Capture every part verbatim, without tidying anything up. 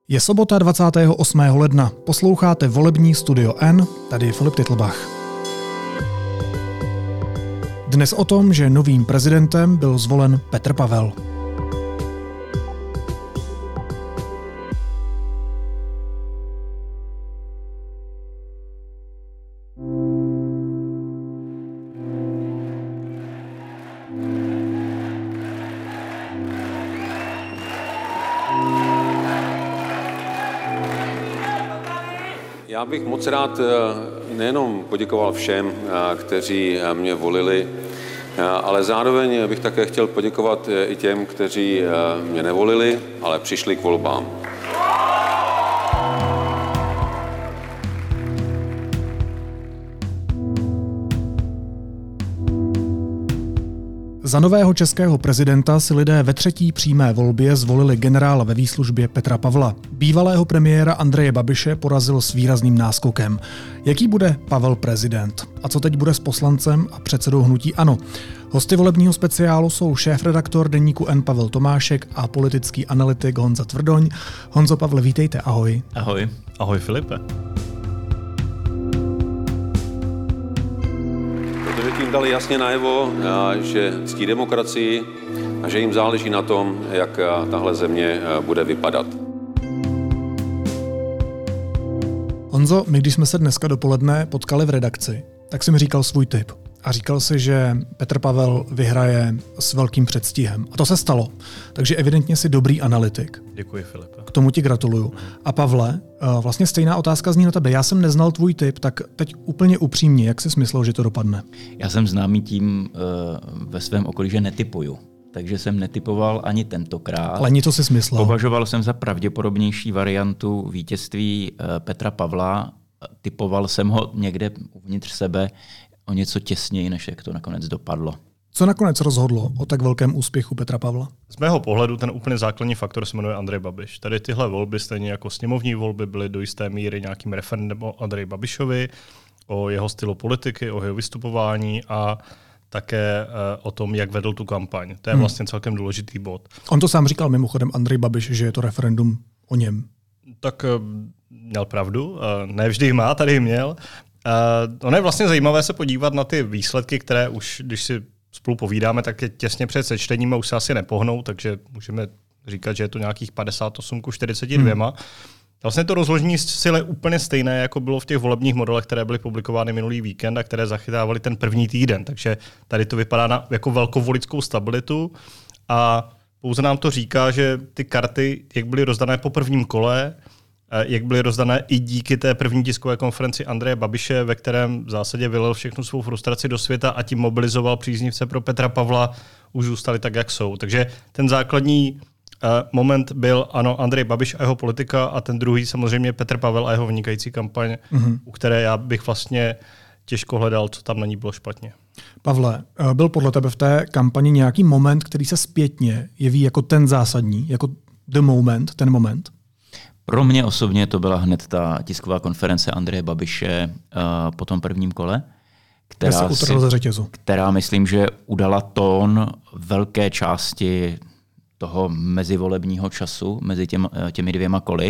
Je sobota dvacátého osmého ledna. Posloucháte volební Studio N, tady je Filip Titlbach. Dnes o tom, že novým prezidentem byl zvolen Petr Pavel. Já bych moc rád nejenom poděkoval všem, kteří mě volili, ale zároveň bych také chtěl poděkovat i těm, kteří mě nevolili, ale přišli k volbám. Za nového českého prezidenta si lidé ve třetí přímé volbě zvolili generála ve výslužbě Petra Pavla. Bývalého premiéra Andreje Babiše porazil s výrazným náskokem. Jaký bude Pavel prezident? A co teď bude s poslancem a předsedou hnutí ANO? Hosty volebního speciálu jsou šéfredaktor deníku N Pavel Tomášek a politický analytik Honza Tvrdoň. Honzo, Pavle, vítejte, ahoj. Ahoj. Ahoj, Filipe. Protože tím dali jasně najevo, že ctí demokracii a že jim záleží na tom, jak tahle země bude vypadat. Honzo, my když jsme se dneska dopoledne potkali v redakci, tak jsi mi říkal svůj tip. A říkal si, že Petr Pavel vyhraje s velkým předstihem. A to se stalo. Takže evidentně jsi dobrý analytik. Děkuji, Filipe. K tomu ti gratuluju. A Pavle, vlastně stejná otázka zní na tebe. Já jsem neznal tvůj tip, tak teď úplně upřímně, jak jsi myslel, že to dopadne? Já jsem známý tím uh, ve svém okolí, že netipuju. Takže jsem netipoval ani tentokrát. Ale něco jsi smyslel. Považoval jsem za pravděpodobnější variantu vítězství uh, Petra Pavla. Typoval jsem ho někde uvnitř sebe o něco těsněji, než jak to nakonec dopadlo. Co nakonec rozhodlo o tak velkém úspěchu Petra Pavla? Z mého pohledu ten úplně základní faktor se jmenuje Andrej Babiš. Tady tyhle volby, stejně jako sněmovní volby, byly do jisté míry nějakým referendem o Andreji Babišovi, o jeho stylu politiky, o jeho vystupování a také o tom, jak vedl tu kampaň. To je vlastně celkem důležitý bod. On to sám říkal mimochodem, Andrej Babiš, že je to referendum o něm. Tak měl pravdu, ne vždy má, tady měl. Uh, ono je vlastně zajímavé se podívat na ty výsledky, které už, když si spolu povídáme, tak je těsně před sečtením a už se asi nepohnou, takže můžeme říkat, že je to nějakých padesát osm ku čtyřiceti dvěma. Hmm. Vlastně to rozložení sil je úplně stejné, jako bylo v těch volebních modelech, které byly publikovány minulý víkend a které zachytávaly ten první týden. Takže tady to vypadá na, jako velkovolickou stabilitu a pouze nám to říká, že ty karty, jak byly rozdané po prvním kole, jak byly rozdané i díky té první tiskové konferenci Andreje Babiše, ve kterém v zásadě vylil všechnu svou frustraci do světa a tím mobilizoval příznivce pro Petra Pavla, už zůstali tak, jak jsou. Takže ten základní uh, moment byl, ano, Andrej Babiš a jeho politika a ten druhý samozřejmě Petr Pavel a jeho vynikající kampaň, mm-hmm. u které já bych vlastně těžko hledal, co tam na ní bylo špatně. Pavle, byl podle tebe v té kampani nějaký moment, který se zpětně jeví jako ten zásadní, jako the moment, ten moment? Pro mě osobně to byla hned ta tisková konference Andreje Babiše uh, po tom prvním kole, která, si, která myslím, že udala tón velké části toho mezivolebního času mezi těm, těmi dvěma koly.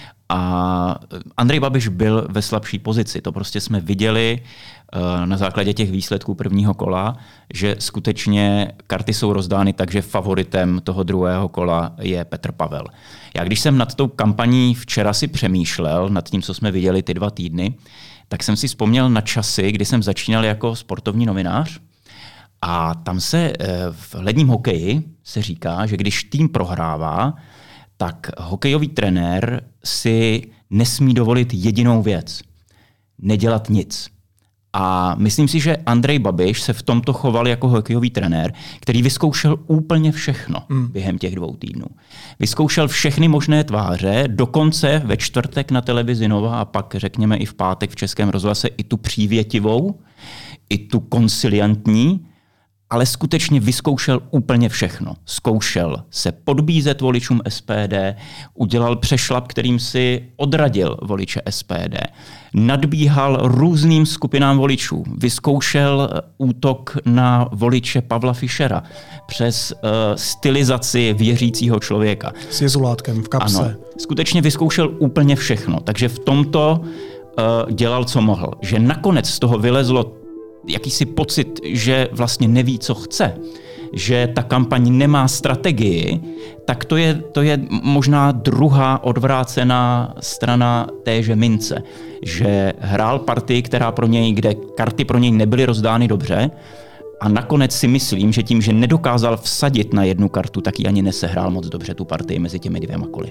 A Andrej Babiš byl ve slabší pozici. To prostě jsme viděli uh, na základě těch výsledků prvního kola, že skutečně karty jsou rozdány tak, že favoritem toho druhého kola je Petr Pavel. Já když jsem nad tou kampaní včera si přemýšlel, nad tím, co jsme viděli ty dva týdny, tak jsem si vzpomněl na časy, kdy jsem začínal jako sportovní novinář. A tam se v ledním hokeji se říká, že když tým prohrává, tak hokejový trenér si nesmí dovolit jedinou věc. Nedělat nic. A myslím si, že Andrej Babiš se v tomto choval jako hokejový trenér, který vyzkoušel úplně všechno mm. během těch dvou týdnů. Vyzkoušel všechny možné tváře, dokonce ve čtvrtek na televizi Nova a pak řekněme i v pátek v Českém rozhlase i tu přívětivou, i tu konciliantní. ale skutečně vyzkoušel úplně všechno. Zkoušel se podbízet voličům S P D, udělal přešlap, kterým si odradil voliče S P D. Nadbíhal různým skupinám voličů. Vyzkoušel útok na voliče Pavla Fischera přes uh, stylizaci věřícího člověka. S jezulátkem v kapse. Ano, skutečně vyzkoušel úplně všechno. Takže v tomto uh, dělal, co mohl. Že nakonec z toho vylezlo jakýsi pocit, že vlastně neví, co chce, že ta kampaň nemá strategii, tak to je, to je možná druhá odvrácená strana téže mince. Že hrál partii, která pro něj, kde karty pro něj nebyly rozdány dobře, a nakonec si myslím, že tím, že nedokázal vsadit na jednu kartu, tak ji ani nesehrál moc dobře tu partii mezi těmi dvěma koly.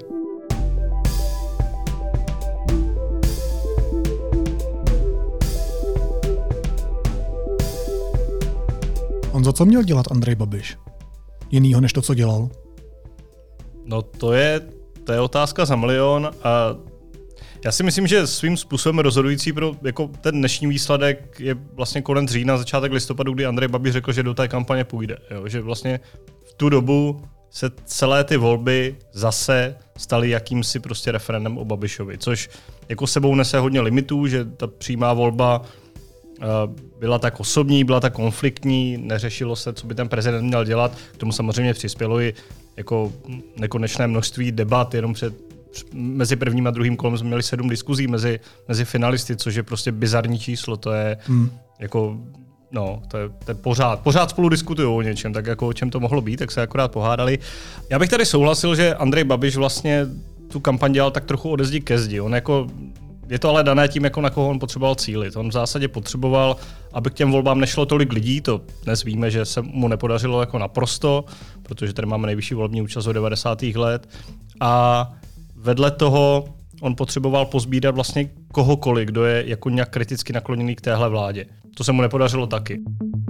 Honzo, co měl dělat Andrej Babiš? Jinýho než to, co dělal? No to je, to je otázka za milion a já si myslím, že svým způsobem rozhodující pro jako ten dnešní výsledek je vlastně konec října, začátek listopadu, kdy Andrej Babiš řekl, že do té kampaně půjde. Jo? Že vlastně v tu dobu se celé ty volby zase staly jakýmsi prostě referendem o Babišovi, což jako sebou nese hodně limitů, že ta přímá volba byla tak osobní, byla tak konfliktní, neřešilo se, co by ten prezident měl dělat. K tomu samozřejmě přispělo i jako nekonečné množství debat, jenom před, mezi prvním a druhým kolem jsme měli sedm diskuzí mezi, mezi finalisty, což je prostě bizarní číslo, to je hmm. jako, no, to je, to je pořád, pořád spolu diskutují o něčem, tak jako o čem to mohlo být, tak se akorát pohádali. Já bych tady souhlasil, že Andrej Babiš vlastně tu kampaň dělal tak trochu ode zdi ke zdi. On jako Je to ale dané tím, jako na koho on potřeboval cílit. On v zásadě potřeboval, aby k těm volbám nešlo tolik lidí, to dnes víme, že se mu nepodařilo jako naprosto, protože tady máme nejvyšší volební účast od devadesátých let. A vedle toho on potřeboval pozbírat vlastně kohokoliv, kdo je jako nějak kriticky nakloněný k téhle vládě. To se mu nepodařilo taky.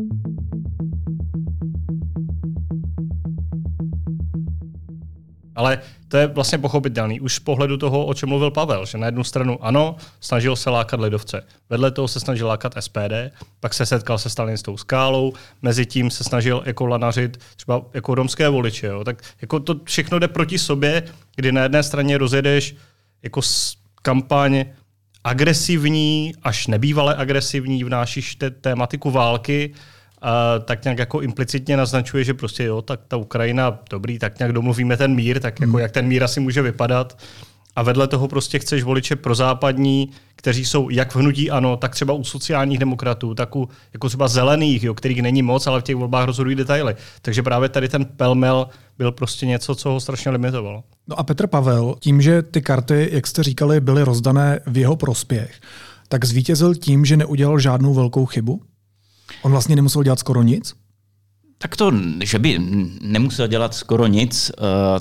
Ale to je vlastně pochopitelný už z pohledu toho, o čem mluvil Pavel, že na jednu stranu ano, snažil se lákat lidovce. Vedle toho se snažil lákat S P D, pak se setkal se stalinstou skálou, mezi tím se snažil jako lanařit třeba jako romské voliče. Jo. Tak jako to všechno jde proti sobě, kdy na jedné straně rozjedeš jako kampaň agresivní, až nebývale agresivní, vnášíš te- tématiku války, a tak nějak jako implicitně naznačuje, že prostě jo, tak ta Ukrajina, dobrý, tak nějak domluvíme ten mír, tak jako hmm. jak ten mír asi může vypadat. A vedle toho prostě chceš voliče prozápadní, kteří jsou jak v hnutí ANO, tak třeba u sociálních demokratů, tak u jako třeba zelených, jo, kterých není moc, ale v těch volbách rozhodují detaily. Takže právě tady ten pelmel byl prostě něco, co ho strašně limitovalo. No a Petr Pavel, tím, že ty karty, jak jste říkali, byly rozdané v jeho prospěch, tak zvítězil tím, že neudělal žádnou velkou chybu? On vlastně nemusel dělat skoro nic? Tak to, že by nemusel dělat skoro nic,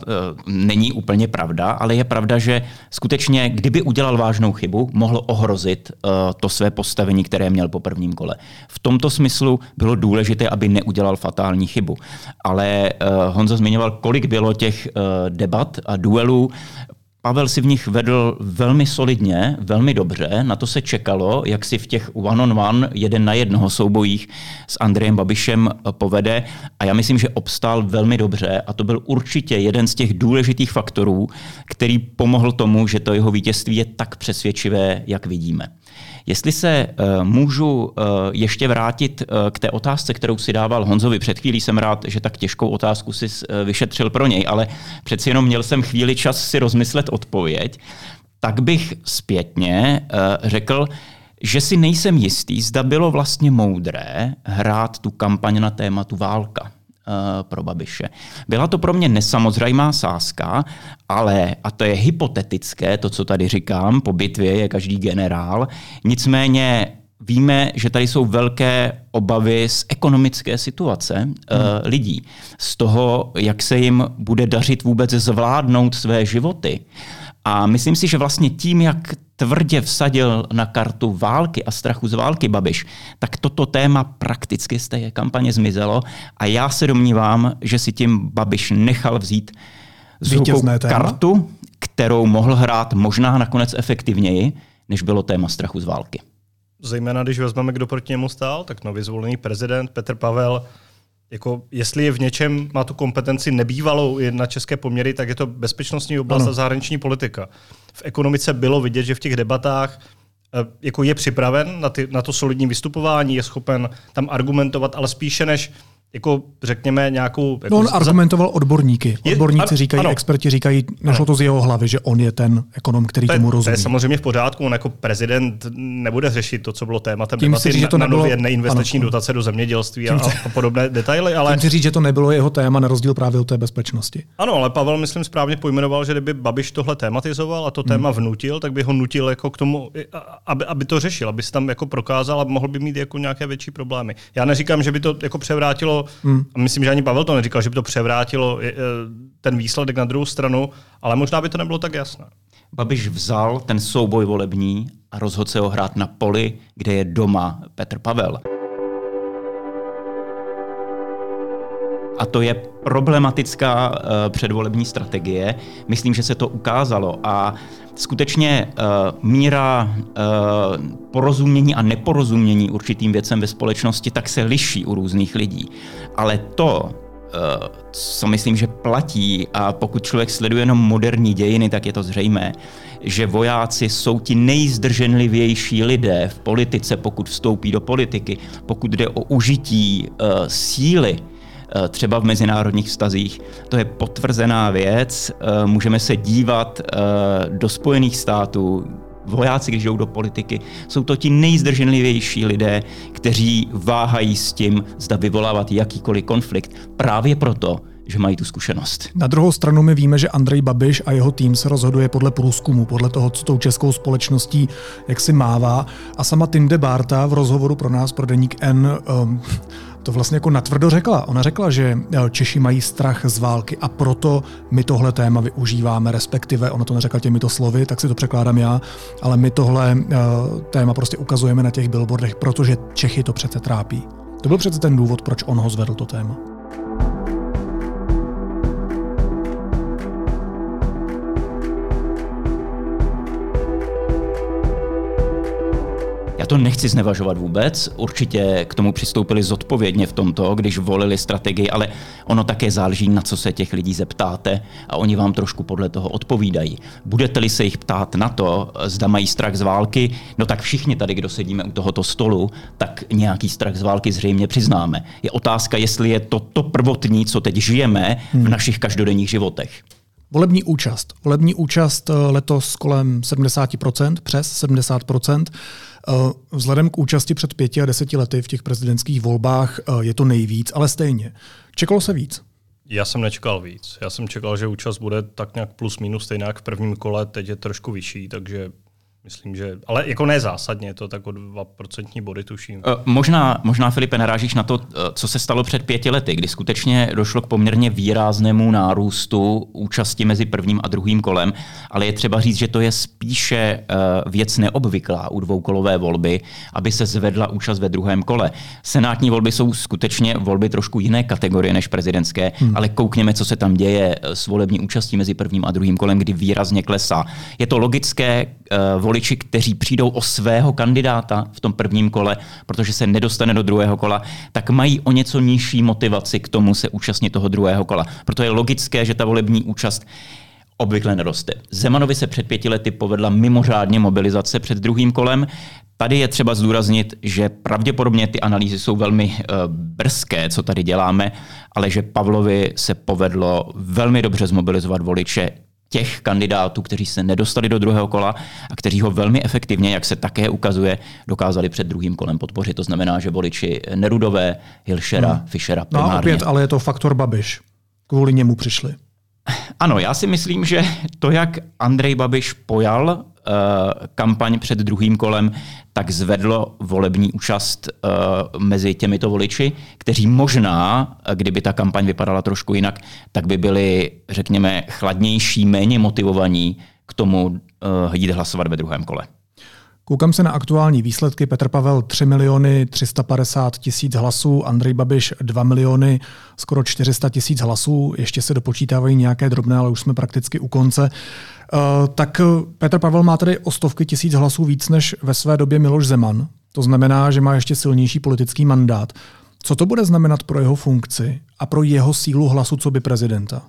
není úplně pravda, ale je pravda, že skutečně, kdyby udělal vážnou chybu, mohl ohrozit to své postavení, které měl po prvním kole. V tomto smyslu bylo důležité, aby neudělal fatální chybu. Ale Honza zmiňoval, kolik bylo těch debat a duelů. Pavel si v nich vedl velmi solidně, velmi dobře, na to se čekalo, jak si v těch one-on-one, jeden na jednoho soubojích s Andrejem Babišem povede a já myslím, že obstál velmi dobře a to byl určitě jeden z těch důležitých faktorů, který pomohl tomu, že to jeho vítězství je tak přesvědčivé, jak vidíme. Jestli se uh, můžu uh, ještě vrátit uh, k té otázce, kterou si dával Honzovi před chvílí, jsem rád, že tak těžkou otázku si uh, vyšetřil pro něj, ale přeci jenom měl jsem chvíli čas si rozmyslet odpověď, tak bych zpětně uh, řekl, že si nejsem jistý, zda bylo vlastně moudré hrát tu kampaň na tématu válka pro Babiše. Byla to pro mě nesamozřejmá sázka, ale, a to je hypotetické, to, co tady říkám, po bitvě je každý generál, nicméně víme, že tady jsou velké obavy z ekonomické situace hmm. uh, lidí, z toho, jak se jim bude dařit vůbec zvládnout své životy. A myslím si, že vlastně tím, jak tvrdě vsadil na kartu války a strachu z války Babiš, tak toto téma prakticky z té kampaně zmizelo a já se domnívám, že si tím Babiš nechal vzít z rukou kartu, kterou mohl hrát možná nakonec efektivněji, než bylo téma strachu z války. Zejména když vezmeme, kdo proti němu stál, tak nově zvolený prezident Petr Pavel jako jestli je v něčem, má tu kompetenci nebývalou i na české poměry, tak je to bezpečnostní oblast ano. a zahraniční politika. V ekonomice bylo vidět, že v těch debatách jako je připraven na, ty, na to solidní vystupování, je schopen tam argumentovat, ale spíše než jako řekněme nějakou... Jako no on za... argumentoval odborníky. Odborníci je, říkají, ano. experti říkají, nešlo to z jeho hlavy, že on je ten ekonom, který to je, tomu rozumí. To je samozřejmě v pořádku, on jako prezident nebude řešit to, co bylo tématem Tím debaty říct, na, to nebylo... na nově neinvestiční ano, dotace do zemědělství a, a podobné detaily. Ale... Tím si říct, že to nebylo jeho téma na rozdíl právě od té bezpečnosti. Ano, ale Pavel, myslím, správně pojmenoval, že kdyby Babiš tohle tematizoval a to téma hmm. vnutil, tak by ho nutil jako k tomu, aby, aby to řešil, aby se tam jako prokázal a mohl by mít jako nějaké větší problémy. Já neříkám, že by to jako převrátilo, hmm. a myslím, že ani Pavel to neříkal, že by to převrátilo ten výsledek na druhou stranu, ale možná by to nebylo tak jasné. Babiš vzal ten souboj volební a rozhodl se ho hrát na poli, kde je doma Petr Pavel. A to je problematická uh, předvolební strategie. Myslím, že se to ukázalo a skutečně uh, míra uh, porozumění a neporozumění určitým věcem ve společnosti tak se liší u různých lidí. Ale to, uh, co myslím, že platí, a pokud člověk sleduje jenom moderní dějiny, tak je to zřejmé, že vojáci jsou ti nejzdrženlivější lidé v politice, pokud vstoupí do politiky, pokud jde o užití uh, síly, třeba v mezinárodních vztazích. To je potvrzená věc. Můžeme se dívat do Spojených států. Vojáci, když jdou do politiky, jsou to ti nejzdrženlivější lidé, kteří váhají s tím, zda vyvolávat jakýkoliv konflikt. Právě proto, že mají tu zkušenost. Na druhou stranu my víme, že Andrej Babiš a jeho tým se rozhoduje podle průzkumu, podle toho, co tou českou společností jak si mává. A sama Tinde Bárta v rozhovoru pro nás, pro Deník N, um, to vlastně jako natvrdo řekla. Ona řekla, že Češi mají strach z války a proto my tohle téma využíváme, respektive, ona to neřekla těmito slovy, tak si to překládám já, ale my tohle uh, téma prostě ukazujeme na těch billboardech, protože Čechy to přece trápí. To byl přece ten důvod, proč on ho zvedl to téma. Já to nechci znevažovat vůbec, určitě k tomu přistoupili zodpovědně v tomto, když volili strategii, ale ono také záleží, na co se těch lidí zeptáte a oni vám trošku podle toho odpovídají. Budete-li se jich ptát na to, zda mají strach z války, no tak všichni tady, kdo sedíme u tohoto stolu, tak nějaký strach z války zřejmě přiznáme. Je otázka, jestli je to to prvotní, co teď žijeme v našich každodenních životech. Volební účast. Volební účast letos kolem sedmdesát procent, přes sedmdesát procent. Vzhledem k účasti před pěti a deseti lety v těch prezidentských volbách je to nejvíc, ale stejně. Čekalo se víc? Já jsem nečekal víc. Já jsem čekal, že účast bude tak nějak plus minus stejně jak v prvním kole, teď je trošku vyšší, takže myslím, že... Ale jako ne zásadně, to tak o dva procentní body tuším. Možná, možná, Filipe, narážíš na to, co se stalo před pěti lety, kdy skutečně došlo k poměrně výraznému nárůstu účasti mezi prvním a druhým kolem, ale je třeba říct, že to je spíše věc neobvyklá u dvoukolové volby, aby se zvedla účast ve druhém kole. Senátní volby jsou skutečně volby trošku jiné kategorie než prezidentské, hmm. ale koukněme, co se tam děje s volební účastí mezi prvním a druhým kolem, kdy výrazně klesá. Je to logické, voliči, kteří přijdou o svého kandidáta v tom prvním kole, protože se nedostane do druhého kola, tak mají o něco nižší motivaci k tomu se účastnit toho druhého kola. Proto je logické, že ta volební účast obvykle neroste. Zemanovi se před pěti lety povedla mimořádně mobilizace před druhým kolem. Tady je třeba zdůraznit, že pravděpodobně ty analýzy jsou velmi uh, brzké, co tady děláme, ale že Pavlovi se povedlo velmi dobře zmobilizovat voliče těch kandidátů, kteří se nedostali do druhého kola a kteří ho velmi efektivně, jak se také ukazuje, dokázali před druhým kolem podpořit. To znamená, že voliči Nerudové, Hilšera, hmm. Fischera primárně. No opět, ale je to faktor Babiš. Kvůli němu přišli. Ano, já si myslím, že to, jak Andrej Babiš pojal uh, kampaň před druhým kolem, tak zvedlo volební účast uh, mezi těmito voliči, kteří možná, kdyby ta kampaň vypadala trošku jinak, tak by byli, řekněme, chladnější, méně motivovaní k tomu uh, jít hlasovat ve druhém kole. Koukám se na aktuální výsledky. Petr Pavel tři miliony tři sta padesát tisíc hlasů, Andrej Babiš dva miliony skoro čtyři sta tisíc hlasů. Ještě se dopočítávají nějaké drobné, ale už jsme prakticky u konce. Uh, tak Petr Pavel má tedy o stovky tisíc hlasů víc než ve své době Miloš Zeman. To znamená, že má ještě silnější politický mandát. Co to bude znamenat pro jeho funkci a pro jeho sílu hlasu coby prezidenta?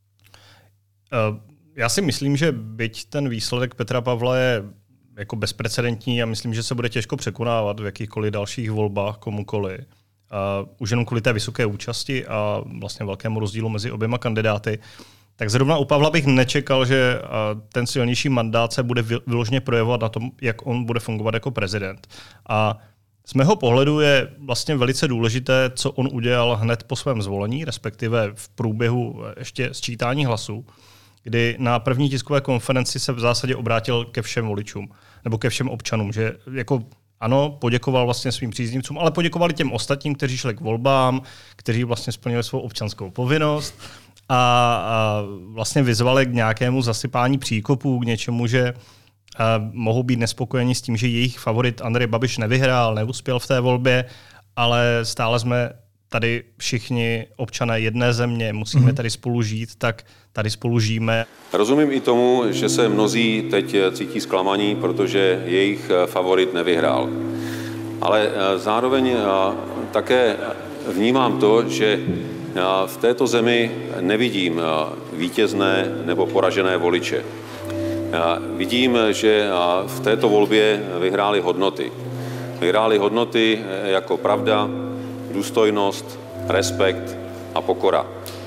Já si myslím, že byť ten výsledek Petra Pavla je jako bezprecedentní a myslím, že se bude těžko překonávat v jakýchkoliv dalších volbách komukoliv. Uh, už jenom kvůli té vysoké účasti a vlastně velkému rozdílu mezi oběma kandidáty, tak zrovna u Pavla bych nečekal, že uh, ten silnější mandát se bude vyloženě projevovat na tom, jak on bude fungovat jako prezident. A z mého pohledu je vlastně velice důležité, co on udělal hned po svém zvolení, respektive v průběhu ještě sčítání hlasů, kdy na první tiskové konferenci se v zásadě obrátil ke všem voličům nebo ke všem občanům, že jako ano, poděkoval vlastně svým příznivcům, ale poděkovali těm ostatním, kteří šli k volbám, kteří vlastně splnili svou občanskou povinnost a, a vlastně vyzvali k nějakému zasypání příkopů, k něčemu, že a, mohou být nespokojeni s tím, že jejich favorit Andrej Babiš nevyhrál, neuspěl v té volbě, ale stále jsme tady všichni občané jedné země, musíme tady spolu žít, tak tady spolu žijeme. Rozumím i tomu, že se mnozí teď cítí zklamaní, protože jejich favorit nevyhrál. Ale zároveň také vnímám to, že v této zemi nevidím vítězné nebo poražené voliče. Vidím, že v této volbě vyhrály hodnoty. Vyhrály hodnoty jako pravda, důstojnost, respekt a pokora.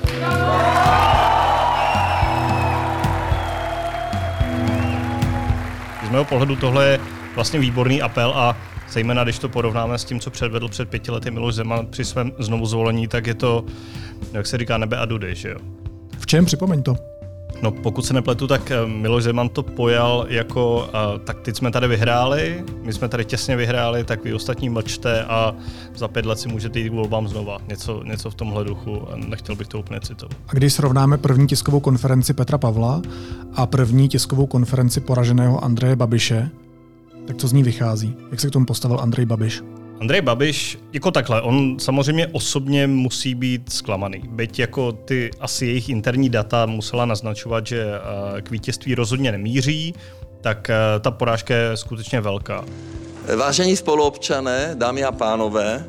Z mého pohledu tohle je vlastně výborný apel a zejména když to porovnáme s tím, co předvedl před pěti lety Miloš Zeman při svém znovu zvolení, tak je to, jak se říká, nebe a dudy, že jo? V čem? Připomeň to. No pokud se nepletu, tak Miloš Zeman to pojal jako, uh, tak teď jsme tady vyhráli, my jsme tady těsně vyhráli, tak vy ostatní mlčte a za pět let si můžete jít k volbám znova. Něco, něco v tomhle duchu, nechtěl bych to úplně citovat. A když srovnáme první tiskovou konferenci Petra Pavla a první tiskovou konferenci poraženého Andreje Babiše, tak co z ní vychází? Jak se k tomu postavil Andrej Babiš? Andrej Babiš, jako takhle, on samozřejmě osobně musí být zklamaný. Byť jako ty asi jejich interní data musela naznačovat, že k vítězství rozhodně nemíří, tak ta porážka je skutečně velká. Vážení spoluobčané, dámy a pánové,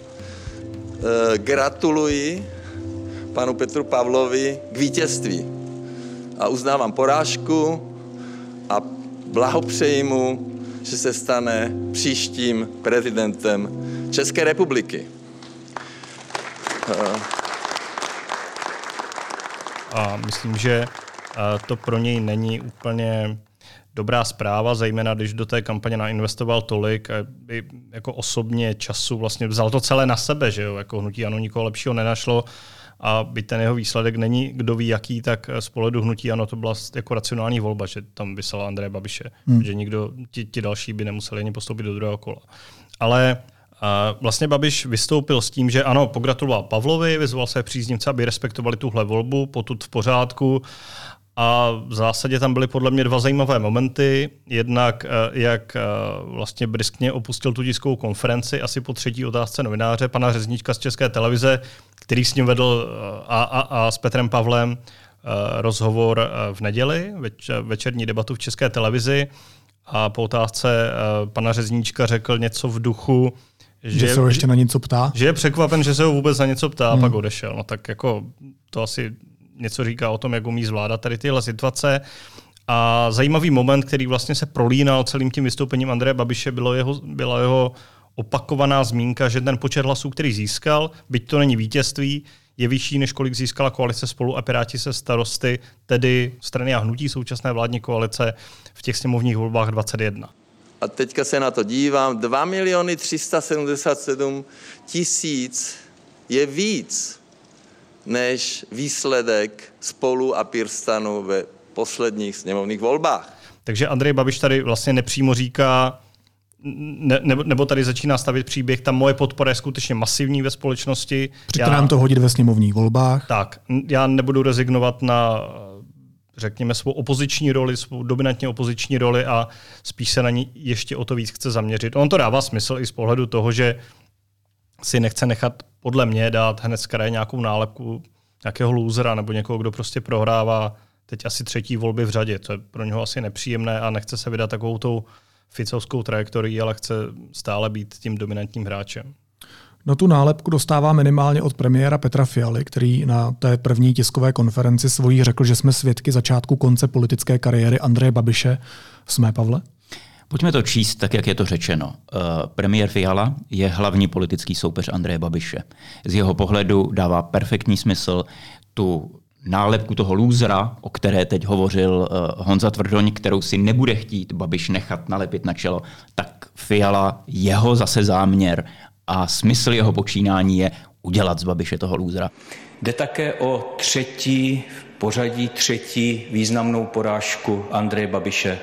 gratuluji panu Petru Pavlovi k vítězství. A uznávám porážku a blahopřeji mu, že se stane příštím prezidentem České republiky. A myslím, že to pro něj není úplně dobrá zpráva, zejména když do té kampaně nainvestoval tolik, by jako osobně času vlastně vzal to celé na sebe, že jo, jako hnutí ANO nikoho lepšího nenašlo a byť ten jeho výsledek není kdo ví jaký, tak z pohledu hnutí ANO to byla jako racionální volba, že tam vyslala Andreje Babiše, hmm. že nikdo, ti, ti další by nemuseli ani postoupit do druhého kola. Ale a vlastně Babiš vystoupil s tím, že ano, pogratuloval Pavlovi, vyzval své příznivce, aby respektovali tuhle volbu, potud v pořádku. A v zásadě tam byly podle mě dva zajímavé momenty. Jednak, jak vlastně briskně opustil tu tiskovou konferenci asi po třetí otázce novináře, pana Řezníčka z České televize, který s ním vedl a, a, a s Petrem Pavlem rozhovor v neděli, več, večerní debatu v České televizi. A po otázce pana Řezníčka řekl něco v duchu, že, že se ho ještě na něco ptá? Že je překvapen, že se ho vůbec na něco ptá a hmm. pak odešel. No tak jako to asi něco říká o tom, jak umí zvládat tady tyhle situace. A zajímavý moment, který vlastně se prolínal celým tím vystoupením Andreje Babiše, bylo jeho, byla jeho opakovaná zmínka, že ten počet hlasů, který získal, byť to není vítězství, je vyšší, než kolik získala koalice Spolu a Piráti se Starosty, tedy strany a hnutí současné vládní koalice v těch sněmovních volbách dvacet jedna. A teďka se na to dívám, dva miliony tři sta sedmdesát sedm tisíc je víc než výsledek Spolu a Pirstanu ve posledních sněmovních volbách. Takže Andrej Babiš tady vlastně nepřímo říká, ne, nebo tady začíná stavět příběh, ta moje podpora je skutečně masivní ve společnosti. Přijďte nám to hodit ve sněmovních volbách. Tak, já nebudu rezignovat na, řekněme, svou opoziční roli, svou dominantně opoziční roli a spíš se na ní ještě o to víc chce zaměřit. On to dává smysl i z pohledu toho, že si nechce nechat podle mě dát hned z kraje nějakou nálepku nějakého lůzera nebo někoho, kdo prostě prohrává teď asi třetí volby v řadě. To je pro něho asi nepříjemné a nechce se vydat takovou tou ficovskou trajektorií, ale chce stále být tím dominantním hráčem. No tu nálepku dostává minimálně od premiéra Petra Fialy, který na té první tiskové konferenci svojí řekl, že jsme svědky začátku konce politické kariéry Andreje Babiše. Jsme, Pavle? Pojďme to číst tak, jak je to řečeno. Uh, premiér Fiala je hlavní politický soupeř Andreje Babiše. Z jeho pohledu dává perfektní smysl tu nálepku toho lůzra, o které teď hovořil uh, Honza Tvrdoň, kterou si nebude chtít Babiš nechat nalepit na čelo, tak Fiala, jeho zase záměr a smysl jeho počínání je udělat z Babiše toho lůzra. Jde také o třetí v pořadí, třetí významnou porážku Andreje Babiše.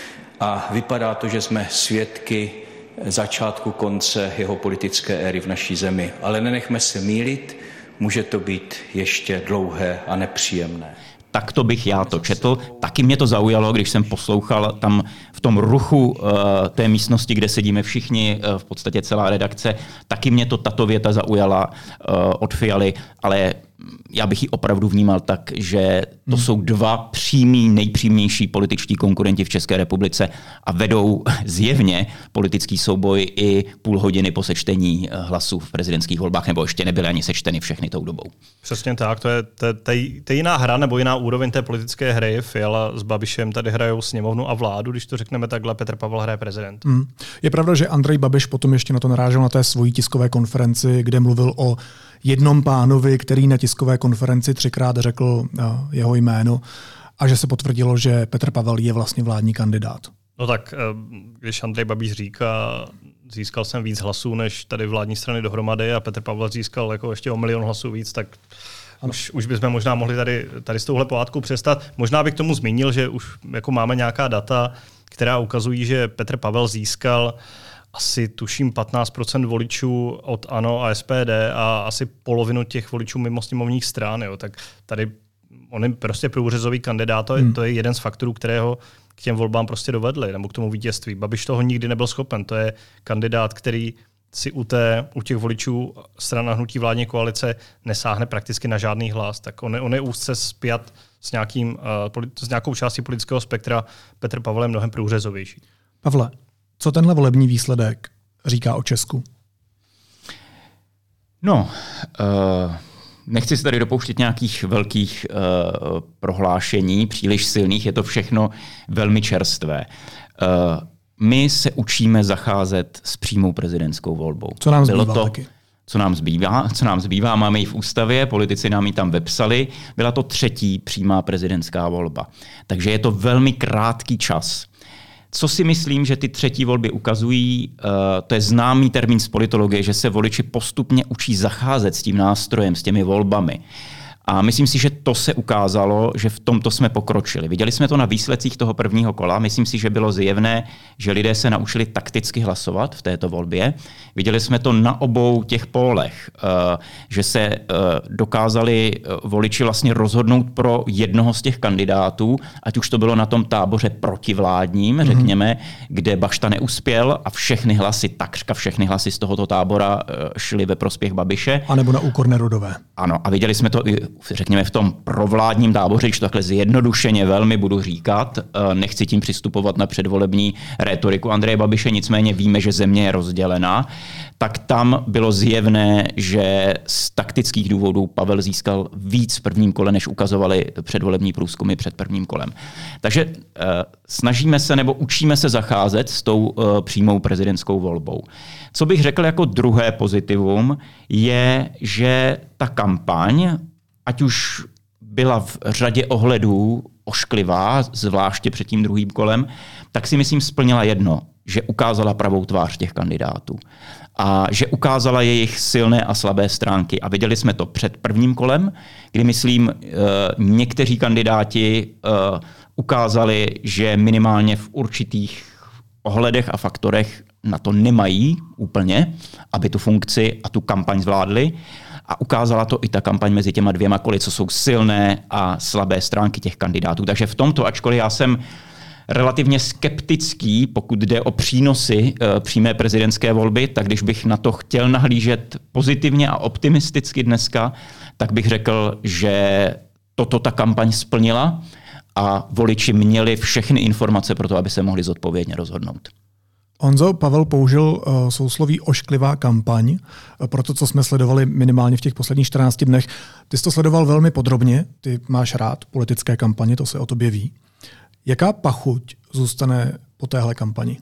A vypadá to, že jsme svědky začátku konce jeho politické éry v naší zemi. Ale nenechme se mýlit, může to být ještě dlouhé a nepříjemné. Tak to bych já to četl. Taky mě to zaujalo, když jsem poslouchal tam v tom ruchu uh, té místnosti, kde sedíme všichni, uh, v podstatě celá redakce, taky mě to tato věta zaujala uh, od Fialy, ale já bych ji opravdu vnímal tak, že to hmm. jsou dva přímí, nejpřímější političtí konkurenti v České republice a vedou zjevně politický souboj i půl hodiny po sečtení hlasů v prezidentských volbách, nebo ještě nebyly ani sečteny všechny tou dobou. Přesně tak, to je, to, to, to je jiná hra nebo jiná úroveň té politické hry. Fiala s Babišem tady hrajou sněmovnu a vládu, když to řekneme takhle, Petr Pavel hraje prezident. Hmm. Je pravda, že Andrej Babiš potom ještě na to narážel na té svojí tiskové konferenci, kde mluvil o jednom pánovi, který na tiskové konferenci třikrát řekl jeho jméno a že se potvrdilo, že Petr Pavel je vlastně vládní kandidát. No tak, když Andrej Babiš říká, získal jsem víc hlasů než tady vládní strany dohromady a Petr Pavel získal jako ještě o milion hlasů víc, tak už, už bychom možná mohli tady, tady s touhle pohádkou přestat. Možná bych k tomu zmínil, že už jako máme nějaká data, která ukazují, že Petr Pavel získal asi tuším patnáct procent voličů od ANO a S P D a asi polovinu těch voličů mimo sněmovních stran. Jo. Tak tady on je prostě průřezový kandidát, to je, hmm. to je jeden z faktorů, kterého k těm volbám prostě dovedli, nebo k tomu vítězství. Babiš toho nikdy nebyl schopen. To je kandidát, který si u, té, u těch voličů strana hnutí vládní koalice nesáhne prakticky na žádný hlas. Tak on je, on je úzce spjat s, nějakým, uh, s nějakou částí politického spektra. Petr Pavel je mnohem průřezovější. Pavle, co tenhle volební výsledek říká o Česku? No, uh, nechci se tady dopouštět nějakých velkých uh, prohlášení, příliš silných, je to všechno velmi čerstvé. Uh, my se učíme zacházet s přímou prezidentskou volbou. Co nám zbývá Bylo to, taky? Co nám zbývá, co nám zbývá, máme ji v ústavě, politici nám ji tam vepsali, byla to třetí přímá prezidentská volba. Takže je to velmi krátký čas. Co si myslím, že ty třetí volby ukazují, uh, to je známý termín z politologie, že se voliči postupně učí zacházet s tím nástrojem, s těmi volbami. A myslím si, že to se ukázalo, že v tomto jsme pokročili. Viděli jsme to na výsledcích toho prvního kola. Myslím si, že bylo zjevné, že lidé se naučili takticky hlasovat v této volbě. Viděli jsme to na obou těch pólech, že se dokázali voliči vlastně rozhodnout pro jednoho z těch kandidátů, ať už to bylo na tom táboře protivládním, mm-hmm. řekněme, kde Bašta neuspěl a všechny hlasy, takřka všechny hlasy z tohoto tábora šly ve prospěch Babiše. A nebo na úkor Nerudové. Ano, a viděli jsme to i řekněme v tom provládním táboře, když to takhle zjednodušeně velmi budu říkat, nechci tím přistupovat na předvolební rétoriku Andreje Babiše, nicméně víme, že země je rozdělená, tak tam bylo zjevné, že z taktických důvodů Pavel získal víc v prvním kole, než ukazovali předvolební průzkumy před prvním kolem. Takže uh, snažíme se nebo učíme se zacházet s tou uh, přímou prezidentskou volbou. Co bych řekl jako druhé pozitivum, je, že ta kampaň, ať už byla v řadě ohledů ošklivá, zvláště před tím druhým kolem, tak si myslím splnila jedno, že ukázala pravou tvář těch kandidátů. A že ukázala jejich silné a slabé stránky. A viděli jsme to před prvním kolem, kdy, myslím, někteří kandidáti ukázali, že minimálně v určitých ohledech a faktorech na to nemají úplně, aby tu funkci a tu kampaň zvládli. A ukázala to i ta kampaň mezi těma dvěma koly, co jsou silné a slabé stránky těch kandidátů. Takže v tomto, ačkoliv já jsem relativně skeptický, pokud jde o přínosy e, přímé prezidentské volby, tak když bych na to chtěl nahlížet pozitivně a optimisticky dneska, tak bych řekl, že toto ta kampaň splnila a voliči měli všechny informace pro to, aby se mohli zodpovědně rozhodnout. Honzo, Pavel použil uh, sousloví ošklivá kampaň uh, pro to, co jsme sledovali minimálně v těch posledních čtrnácti dnech. Ty jsi to sledoval velmi podrobně, ty máš rád politické kampaně, to se o tobě ví. Jaká pachuť zůstane po téhle kampani?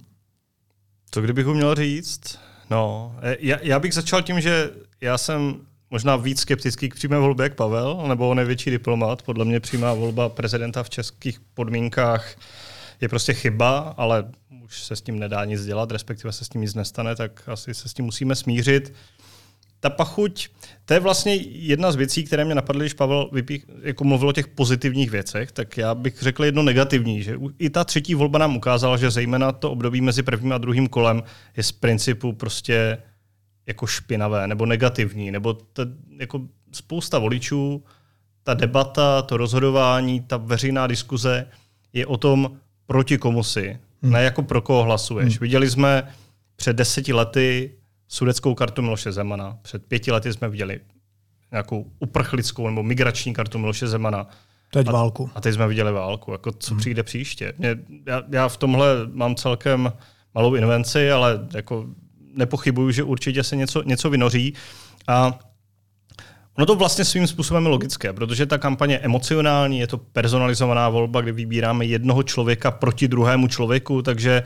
To kdybych ho měl říct? No, já, já bych začal tím, že já jsem možná víc skeptický k přímé volbě jak Pavel, nebo největší diplomat. Podle mě přímá volba prezidenta v českých podmínkách je prostě chyba, ale už se s tím nedá nic dělat, respektive se s tím nic nestane, tak asi se s tím musíme smířit. Ta pachuť, to je vlastně jedna z věcí, které mě napadly, když Pavel vypích, jako mluvil o těch pozitivních věcech, tak já bych řekl jedno negativní, že i ta třetí volba nám ukázala, že zejména to období mezi prvním a druhým kolem je z principu prostě jako špinavé nebo negativní, nebo ta, jako spousta voličů, ta debata, to rozhodování, ta veřejná diskuze je o tom, proti komu si, hmm. ne jako pro koho hlasuješ. Hmm. Viděli jsme před deseti lety sudetskou kartu Miloše Zemana, před pěti lety jsme viděli nějakou uprchlickou nebo migrační kartu Miloše Zemana. Teď a, válku. A teď jsme viděli válku. Jako co hmm. přijde příště? Mě, já, já v tomhle mám celkem malou invenci, ale jako nepochybuju, že určitě se něco, něco vynoří. A ono to vlastně svým způsobem je logické, protože ta kampaně je emocionální, je to personalizovaná volba, kde vybíráme jednoho člověka proti druhému člověku, takže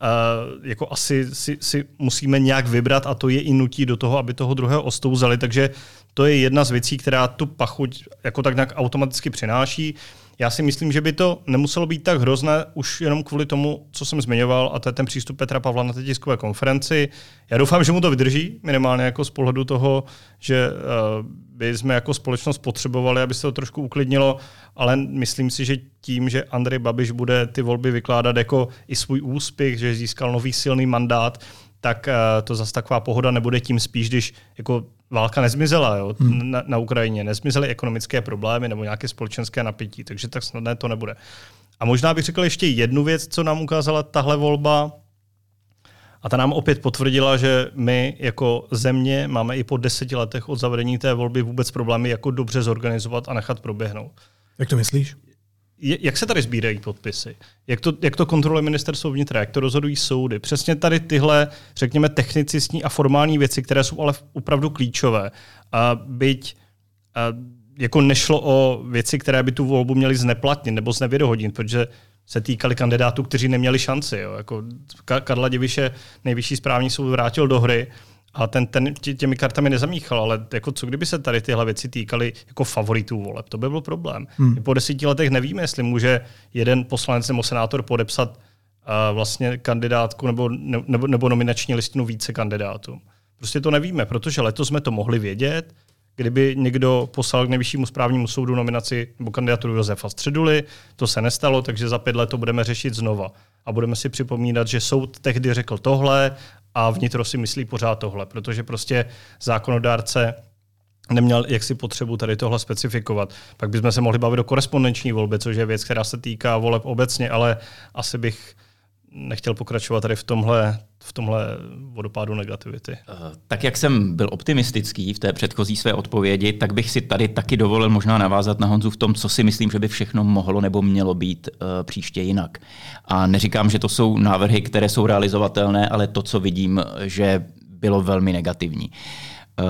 uh, jako asi si, si musíme nějak vybrat a to je i nutí do toho, aby toho druhého ostouzeli, takže to je jedna z věcí, která tu pachuť jako tak nějak automaticky přináší. Já si myslím, že by to nemuselo být tak hrozné už jenom kvůli tomu, co jsem zmiňoval, a to je ten přístup Petra Pavla na té tiskové konferenci. Já doufám, že mu to vydrží, minimálně jako z pohledu toho, že by jsme jako společnost potřebovali, aby se to trošku uklidnilo, ale myslím si, že tím, že Andrej Babiš bude ty volby vykládat jako i svůj úspěch, že získal nový silný mandát, tak to zase taková pohoda nebude, tím spíš, když jako válka nezmizela, jo? Hmm. Na, na Ukrajině. Nezmizely ekonomické problémy nebo nějaké společenské napětí, takže tak snadné to nebude. A možná bych řekl ještě jednu věc, co nám ukázala tahle volba, a ta nám opět potvrdila, že my jako země máme i po deseti letech od zavedení té volby vůbec problémy, jako dobře zorganizovat a nechat proběhnout. Jak to myslíš? Jak se tady sbírají podpisy? Jak to, jak to kontroluje ministerstvo vnitra? Jak to rozhodují soudy? Přesně tady tyhle, řekněme, technicistní a formální věci, které jsou ale opravdu klíčové. A byť a jako nešlo o věci, které by tu volbu měly zneplatnit nebo znevěrohodnit, protože se týkaly kandidátů, kteří neměli šanci. Jo. Jako Karla Diviše nejvyšší správní soud vrátil do hry, a ten, ten tě, těmi kartami nezamíchal, ale jako co kdyby se tady tyhle věci týkaly jako favoritů voleb? To by byl problém. Hmm. Po deseti letech nevíme, jestli může jeden poslanec nebo senátor podepsat uh, vlastně kandidátku nebo, nebo, nebo nominační listinu více kandidátům. Prostě to nevíme, protože letos jsme to mohli vědět, kdyby někdo poslal k nejvyššímu správnímu soudu nominaci nebo kandidaturu Josefa Středuly, to se nestalo, takže za pět let to budeme řešit znova. A budeme si připomínat, že soud tehdy řekl tohle a vnitro si myslí pořád tohle, protože prostě zákonodárce neměl jaksi potřebu tady tohle specifikovat. Pak bychom se mohli bavit o korespondenční volbě, což je věc, která se týká voleb obecně, ale asi bych nechtěl pokračovat tady v tomhle, v tomhle vodopádu negativity. Tak jak jsem byl optimistický v té předchozí své odpovědi, tak bych si tady taky dovolil možná navázat na Honzu v tom, co si myslím, že by všechno mohlo nebo mělo být uh, příště jinak. A neříkám, že to jsou návrhy, které jsou realizovatelné, ale to, co vidím, že bylo velmi negativní. Uh,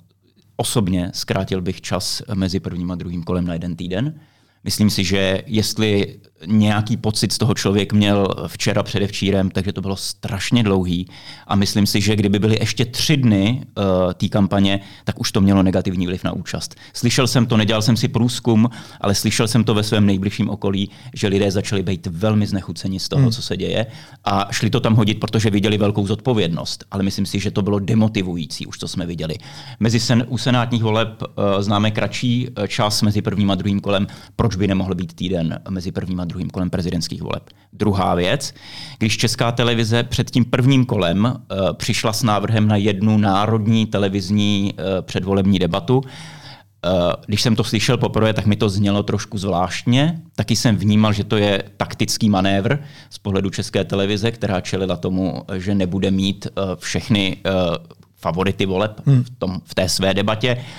osobně zkrátil bych čas mezi prvním a druhým kolem na jeden týden. Myslím si, že jestli nějaký pocit z toho člověk měl včera předevčírem, takže to bylo strašně dlouhý. A myslím si, že kdyby byly ještě tři dny uh, té kampaně, tak už to mělo negativní vliv na účast. Slyšel jsem to, nedělal jsem si průzkum, ale slyšel jsem to ve svém nejbližším okolí, že lidé začali být velmi znechuceni z toho, hmm. co se děje. A šli to tam hodit, protože viděli velkou zodpovědnost. Ale myslím si, že to bylo demotivující, už to jsme viděli. Mezi sen, u senátních voleb uh, známe kratší čas mezi prvním a druhým kolem. Proč by nemohl být týden mezi prvním a druhým kolem prezidentských voleb? Druhá věc, když Česká televize před tím prvním kolem uh, přišla s návrhem na jednu národní televizní uh, předvolební debatu, uh, když jsem to slyšel poprvé, tak mi to znělo trošku zvláštně. Taky jsem vnímal, že to je taktický manévr z pohledu České televize, která čelila tomu, že nebude mít uh, všechny uh, favority voleb hmm. v, tom, v té své debatě.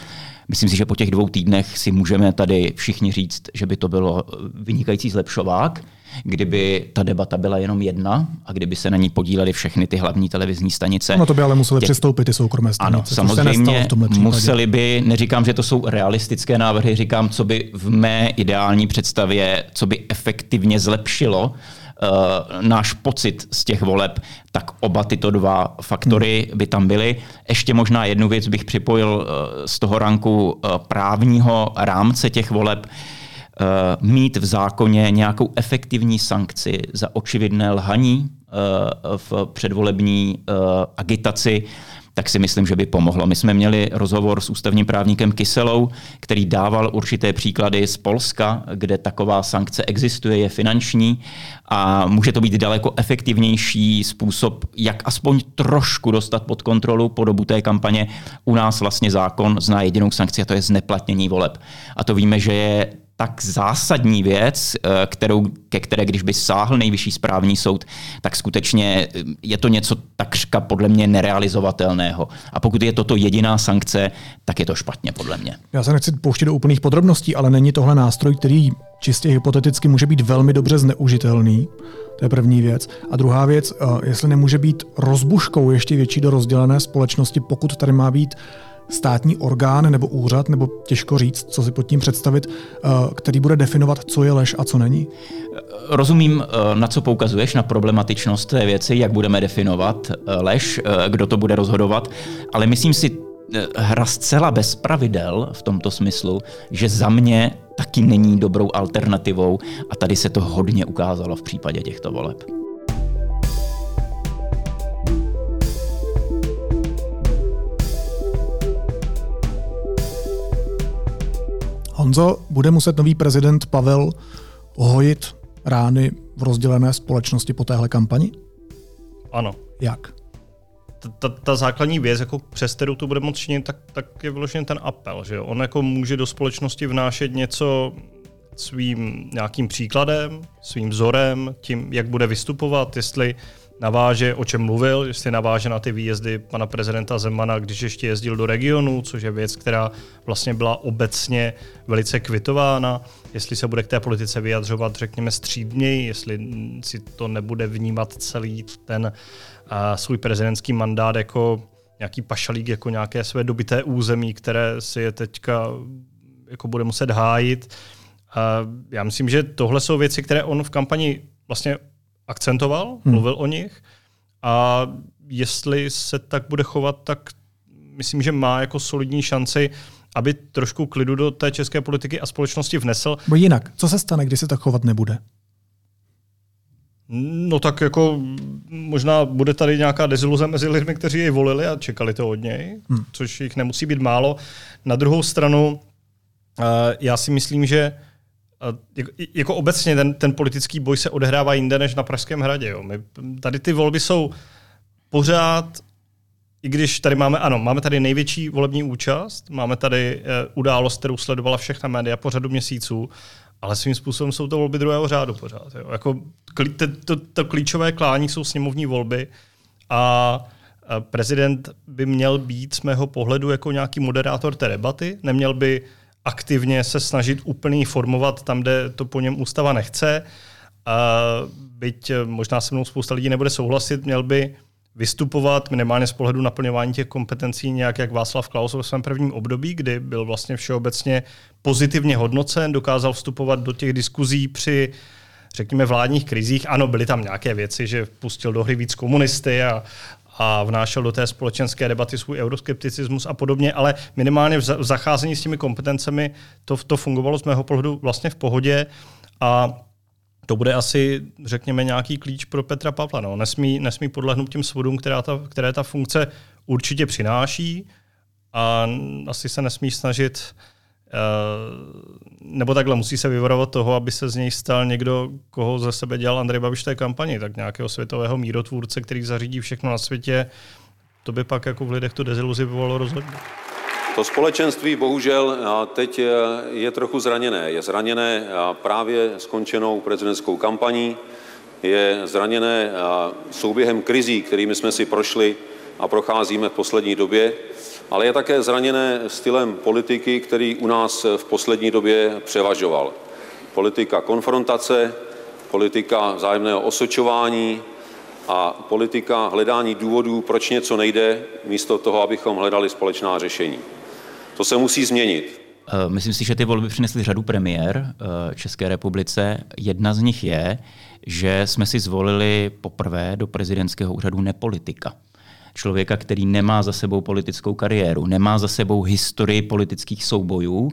Myslím si, že po těch dvou týdnech si můžeme tady všichni říct, že by to bylo vynikající zlepšovák, kdyby ta debata byla jenom jedna a kdyby se na ní podílely všechny ty hlavní televizní stanice. No to by ale museli Tě... přistoupit ty soukromé stanice. Ano, samozřejmě museli by, neříkám, že to jsou realistické návrhy, říkám, co by v mé ideální představě, co by efektivně zlepšilo Uh, náš pocit z těch voleb, tak oba tyto dva faktory hmm. by tam byly. Ještě možná jednu věc bych připojil uh, z toho ranku uh, právního rámce těch voleb, uh, mít v zákoně nějakou efektivní sankci za očividné lhaní uh, v předvolební uh, agitaci, tak si myslím, že by pomohlo. My jsme měli rozhovor s ústavním právníkem Kyselou, který dával určité příklady z Polska, kde taková sankce existuje, je finanční a může to být daleko efektivnější způsob, jak aspoň trošku dostat pod kontrolu po dobu té kampaně. U nás vlastně zákon zná jedinou sankci a to je zneplatnění voleb. A to víme, že je tak zásadní věc, kterou, ke které, když by sáhl Nejvyšší správní soud, tak skutečně je to něco takřka podle mě nerealizovatelného. A pokud je toto jediná sankce, tak je to špatně podle mě. Já se nechci pouštět do úplných podrobností, ale není tohle nástroj, který čistě hypoteticky může být velmi dobře zneužitelný. To je první věc. A druhá věc, jestli nemůže být rozbuškou ještě větší do rozdělené společnosti, pokud tady má být státní orgán nebo úřad, nebo těžko říct, co si pod tím představit, který bude definovat, co je lež a co není? Rozumím, na co poukazuješ, na problematičnost té věci, jak budeme definovat lež, kdo to bude rozhodovat, ale myslím si, hra zcela bez pravidel v tomto smyslu, že za mě taky není dobrou alternativou a tady se to hodně ukázalo v případě těchto voleb. Honzo, bude muset nový prezident Pavel hojit rány v rozdělené společnosti po téhle kampani? Ano. Jak? Ta, ta, ta základní věc, jako přes kterou to bude moc činit, tak, tak je vyložený ten apel. Že jo? On jako může do společnosti vnášet něco svým nějakým příkladem, svým vzorem, tím, jak bude vystupovat, jestli naváže, o čem mluvil, jestli naváže na ty výjezdy pana prezidenta Zemana, když ještě jezdil do regionu, což je věc, která vlastně byla obecně velice kvitována, jestli se bude k té politice vyjadřovat, řekněme, střídněji, jestli si to nebude vnímat celý ten uh, svůj prezidentský mandát jako nějaký pašalík, jako nějaké své dobité území, které si je teďka jako bude muset hájit. Uh, já myslím, že tohle jsou věci, které on v kampani vlastně akcentoval, hmm. mluvil o nich a jestli se tak bude chovat, tak myslím, že má jako solidní šanci, aby trošku klidu do té české politiky a společnosti vnesl. Bo jinak, co se stane, když se tak chovat nebude? No tak jako možná bude tady nějaká deziluze mezi lidmi, kteří jej volili a čekali to od něj, hmm. což jich nemusí být málo. Na druhou stranu já si myslím, že Jako, jako obecně ten, ten politický boj se odehrává jinde než na Pražském hradě. Jo. My, tady ty volby jsou pořád, i když tady máme, ano, máme tady největší volební účast, máme tady e, událost, kterou sledovala všechna média po řadu měsíců, ale svým způsobem jsou to volby druhého řádu pořád. Jo. Jako, to, to, to klíčové klání jsou sněmovní volby a prezident by měl být z mého pohledu jako nějaký moderátor té debaty, neměl by aktivně se snažit úplně formovat tam, kde to po něm ústava nechce. A byť možná se mnou spousta lidí nebude souhlasit, měl by vystupovat minimálně z pohledu naplňování těch kompetencí nějak jak Václav Klaus ve svém prvním období, kdy byl vlastně všeobecně pozitivně hodnocen, dokázal vstupovat do těch diskuzí při, řekněme, vládních krizích. Ano, byly tam nějaké věci, že pustil do hry víc komunisty a a vnášel do té společenské debaty svůj euroskepticismus a podobně, ale minimálně v zacházení s těmi kompetencemi to, to fungovalo z mého pohledu vlastně v pohodě a to bude asi, řekněme, nějaký klíč pro Petra Pavla. No. Nesmí, nesmí podlehnout těm svodům, která ta, které ta funkce určitě přináší a asi se nesmí snažit nebo takhle musí se vyvarovat toho, aby se z něj stal někdo, koho ze sebe dělal Andrej Babiš v té kampani, tak nějakého světového mírotvůrce, který zařídí všechno na světě, to by pak jako v lidech tu deziluzi vyvolalo rozhodně. To společenství bohužel teď je trochu zraněné. Je zraněné právě skončenou prezidentskou kampaní, je zraněné souběhem krizí, kterými jsme si prošli a procházíme v poslední době. ale je také zraněné stylem politiky, který u nás v poslední době převažoval. Politika konfrontace, politika vzájemného osočování a politika hledání důvodů, proč něco nejde, místo toho, abychom hledali společná řešení. To se musí změnit. Myslím si, že ty volby přinesly řadu premiér České republice. Jedna z nich je, že jsme si zvolili poprvé do prezidentského úřadu nepolitika. Člověka, který nemá za sebou politickou kariéru, nemá za sebou historii politických soubojů,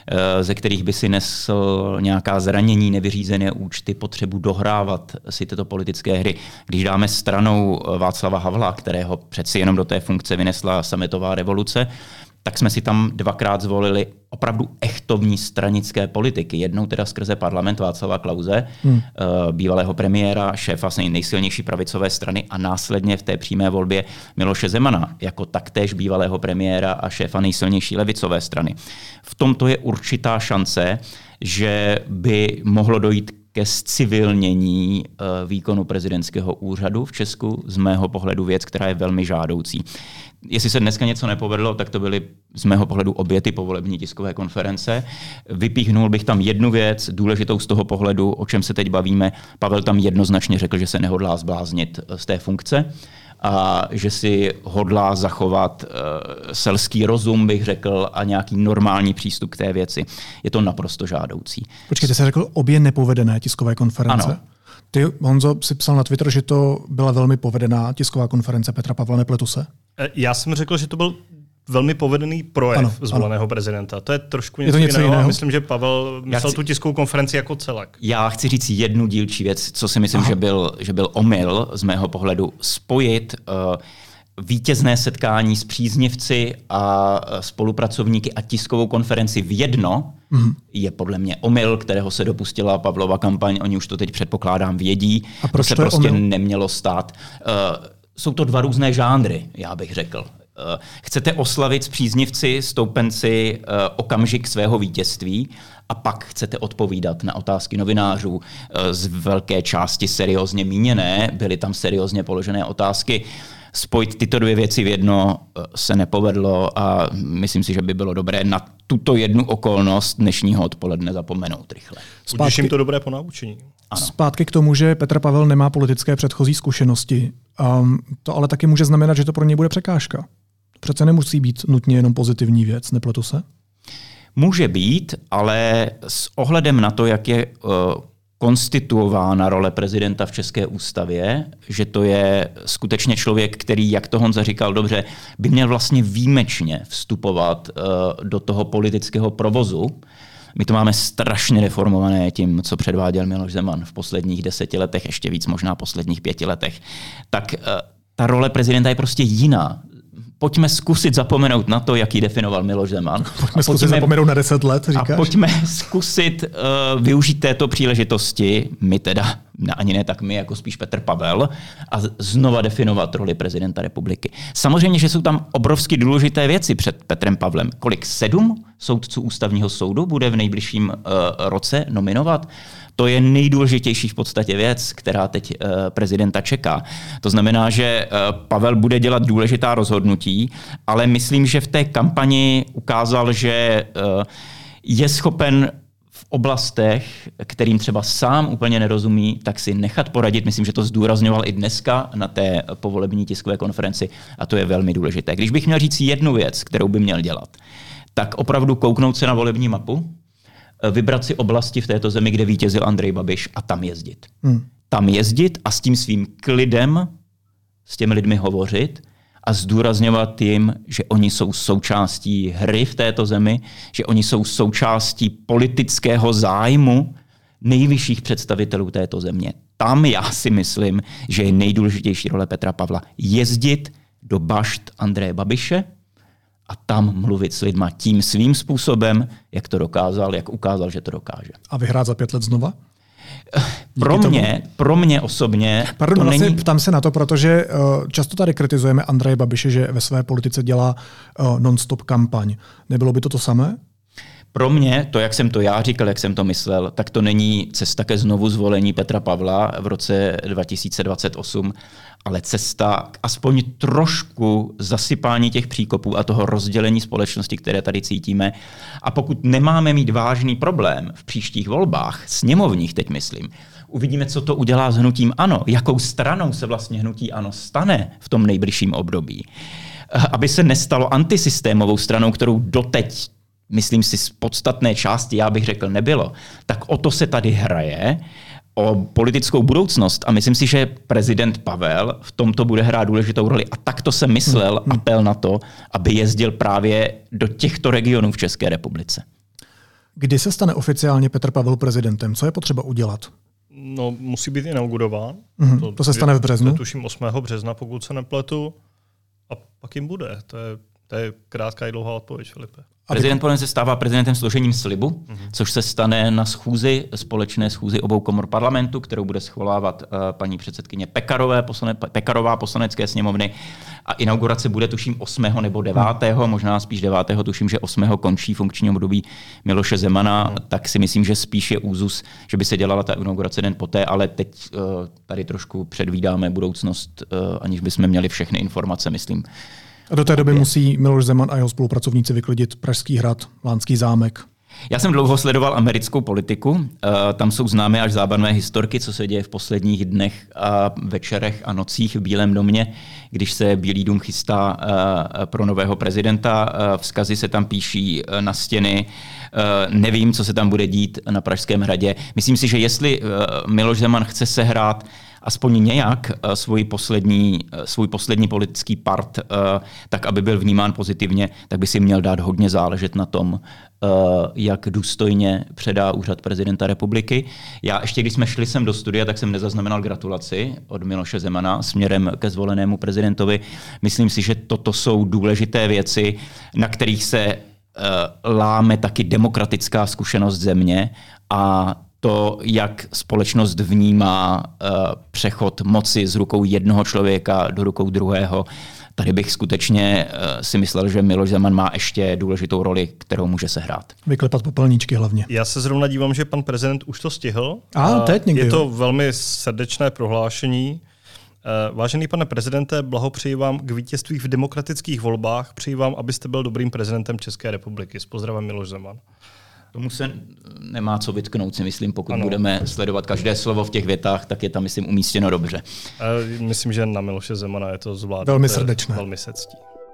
ze kterých by si nesl nějaká zranění, nevyřízené účty, potřebu dohrávat si tyto politické hry. Když dáme stranou Václava Havla, kterého přeci jenom do té funkce vynesla sametová revoluce, tak jsme si tam dvakrát zvolili opravdu echtovní stranické politiky. Jednou teda skrze parlament Václava Klause, hmm. bývalého premiéra, šéfa nejsilnější pravicové strany a následně v té přímé volbě Miloše Zemana jako taktéž bývalého premiéra a šéfa nejsilnější levicové strany. V tomto je určitá šance, že by mohlo dojít ke zcivilnění výkonu prezidentského úřadu v Česku, z mého pohledu věc, která je velmi žádoucí. Jestli se dneska něco nepovedlo, tak to byly z mého pohledu obě ty povolební tiskové konference. Vypíchnul bych tam jednu věc, důležitou z toho pohledu, o čem se teď bavíme. Pavel tam jednoznačně řekl, že se nehodlá zbláznit z té funkce a že si hodlá zachovat uh, selský rozum, bych řekl, a nějaký normální přístup k té věci. Je to naprosto žádoucí. Počkejte, jsi řekl obě nepovedené tiskové konference? Ano. Ty, Honzo, si psal na Twitter, že to byla velmi povedená tisková konference Petra Pavla, nepletu se? Já jsem řekl, že to byl velmi povedený projev ano, zvoleného ano. prezidenta. To je trošku něco, je to něco jiného. jiného. Myslím, že Pavel myslel chci... tu tiskovou konferenci jako celek. Já chci říct jednu dílčí věc, co si myslím, že byl, že byl omyl z mého pohledu. Spojit uh, vítězné setkání s příznivci a spolupracovníky a tiskovou konferenci v jedno mm. je podle mě omyl, kterého se dopustila Pavlova kampaň. Oni už to teď předpokládám vědí. A proč to se to prostě omyl? nemělo stát. Uh, jsou to dva různé žánry, já bych řekl. Uh, chcete oslavit s příznivci, stoupenci uh, okamžik svého vítězství a pak chcete odpovídat na otázky novinářů uh, z velké části seriózně míněné. Byly tam seriózně položené otázky. Spojit tyto dvě věci v jedno se nepovedlo a myslím si, že by bylo dobré na tuto jednu okolnost dnešního odpoledne zapomenout rychle. Budíš jim to dobré ponaučení. Ano. Zpátky k tomu, že Petr Pavel nemá politické předchozí zkušenosti. Um, to ale taky může znamenat, že to pro něj bude překážka. Přece nemusí být nutně jenom pozitivní věc, nepletu se? Může být, ale s ohledem na to, jak je uh, konstituována role prezidenta v České ústavě, že to je skutečně člověk, který, jak to Honza říkal dobře, by měl vlastně výjimečně vstupovat uh, do toho politického provozu. My to máme strašně deformované tím, co předváděl Miloš Zeman v posledních deseti letech, ještě víc možná posledních pěti letech. Tak uh, ta role prezidenta je prostě jiná. Pojďme zkusit zapomenout na to, jak ji definoval Miloš Zeman. Pojďme zkusit pojďme, zapomenout na deset let, říkáš? A pojďme zkusit uh, využít této příležitosti, my teda, ani ne tak my, jako spíš Petr Pavel, a znova definovat roli prezidenta republiky. Samozřejmě, že jsou tam obrovsky důležité věci před Petrem Pavlem. Kolik? Sedm soudců ústavního soudu bude v nejbližším uh, roce nominovat? To je nejdůležitější v podstatě věc, která teď uh, prezidenta čeká. To znamená, že uh, Pavel bude dělat důležitá rozhodnutí, ale myslím, že v té kampani ukázal, že uh, je schopen v oblastech, kterým třeba sám úplně nerozumí, tak si nechat poradit. Myslím, že to zdůrazňoval i dneska na té povolební tiskové konferenci a to je velmi důležité. Když bych měl říct jednu věc, kterou by měl dělat, tak opravdu kouknout se na volební mapu, vybrat si oblasti v této zemi, kde vítězil Andrej Babiš a tam jezdit. Hmm. Tam jezdit a s tím svým klidem s těmi lidmi hovořit a zdůrazňovat jim, že oni jsou součástí hry v této zemi, že oni jsou součástí politického zájmu nejvyšších představitelů této země. Tam já si myslím, že je nejdůležitější role Petra Pavla jezdit do bašt Andreje Babiše a tam mluvit s lidma tím svým způsobem, jak to dokázal, jak ukázal, že to dokáže. A vyhrát za pět let znova? Pro mě, pro mě osobně... Pardon, to vlastně není... ptám se na to, protože uh, často tady kritizujeme Andreje Babiše, že ve své politice dělá uh, non-stop kampaň. Nebylo by to to samé? Pro mě, to, jak jsem to já říkal, jak jsem to myslel, tak to není cesta ke znovu zvolení Petra Pavla v roce dva tisíce dvacet osm, ale cesta k aspoň trošku zasypání těch příkopů a toho rozdělení společnosti, které tady cítíme. A pokud nemáme mít vážný problém v příštích volbách, sněmovních teď myslím, uvidíme, co to udělá s hnutím ANO, jakou stranou se vlastně hnutí ANO stane v tom nejbližším období. Aby se nestalo antisystémovou stranou, kterou doteď, myslím si, z podstatné části, já bych řekl, nebylo, tak o to se tady hraje, o politickou budoucnost. A myslím si, že prezident Pavel v tomto bude hrát důležitou roli. A takto jsem myslel hmm. apel na to, aby jezdil právě do těchto regionů v České republice. Kdy se stane oficiálně Petr Pavel prezidentem? Co je potřeba udělat? No, musí být inaugurován. Mm-hmm. To, to se stane v březnu? To tuším osmého března, pokud se nepletu. A pak jim bude. To je, to je krátká i dlouhá odpověď, Filipe. Prezident Polen se stává prezidentem složením slibu, mm-hmm. což se stane na schůzi, společné schůzi obou komor parlamentu, kterou bude schvalávat uh, paní předsedkyně Pekarové, poslane, Pekarová poslanecké sněmovny. A inaugurace bude tuším osmého nebo devátého možná spíš devátého tuším, že osmého končí funkční období Miloše Zemana, mm. tak si myslím, že spíš je úzus, že by se dělala ta inaugurace den poté, ale teď uh, tady trošku předvídáme budoucnost, uh, aniž bychom měli všechny informace, myslím. A do té doby musí Miloš Zeman a jeho spolupracovníci vyklidit Pražský hrad, Lánský zámek. Já jsem dlouho sledoval americkou politiku. Uh, tam jsou známé až zábavné historky, co se děje v posledních dnech a večerech a nocích v Bílém domě, když se Bílý dům chystá uh, pro nového prezidenta. Uh, vzkazy se tam píší uh, na stěny. Uh, nevím, co se tam bude dít na Pražském hradě. Myslím si, že jestli uh, Miloš Zeman chce sehrát aspoň nějak uh, svůj poslední, uh, svůj poslední politický part, uh, tak aby byl vnímán pozitivně, tak by si měl dát hodně záležet na tom, uh, jak důstojně předá úřad prezidenta republiky. Já ještě, když jsme šli sem do studia, tak jsem nezaznamenal gratulaci od Miloše Zemana směrem ke zvolenému prezidentovi. Myslím si, že toto jsou důležité věci, na kterých se uh, láme taky demokratická zkušenost země a to, jak společnost vnímá uh, přechod moci z rukou jednoho člověka do rukou druhého. Tady bych skutečně uh, si myslel, že Miloš Zeman má ještě důležitou roli, kterou může sehrát. Vyklepat popelníčky hlavně. Já se zrovna dívám, že pan prezident už to stihl. A, teď někdy. Je to velmi srdečné prohlášení. Uh, vážený pane prezidente, blahopřeji vám k vítězství v demokratických volbách. Přeji vám, abyste byl dobrým prezidentem České republiky. S pozdravem Miloš Zeman. Tomu se nemá co vytknout, si myslím, pokud ano. budeme sledovat každé slovo v těch větách, tak je tam, myslím, umístěno dobře. Myslím, že na Miloše Zemana je to zvládnuté. Velmi srdečné. Velmi se ctí.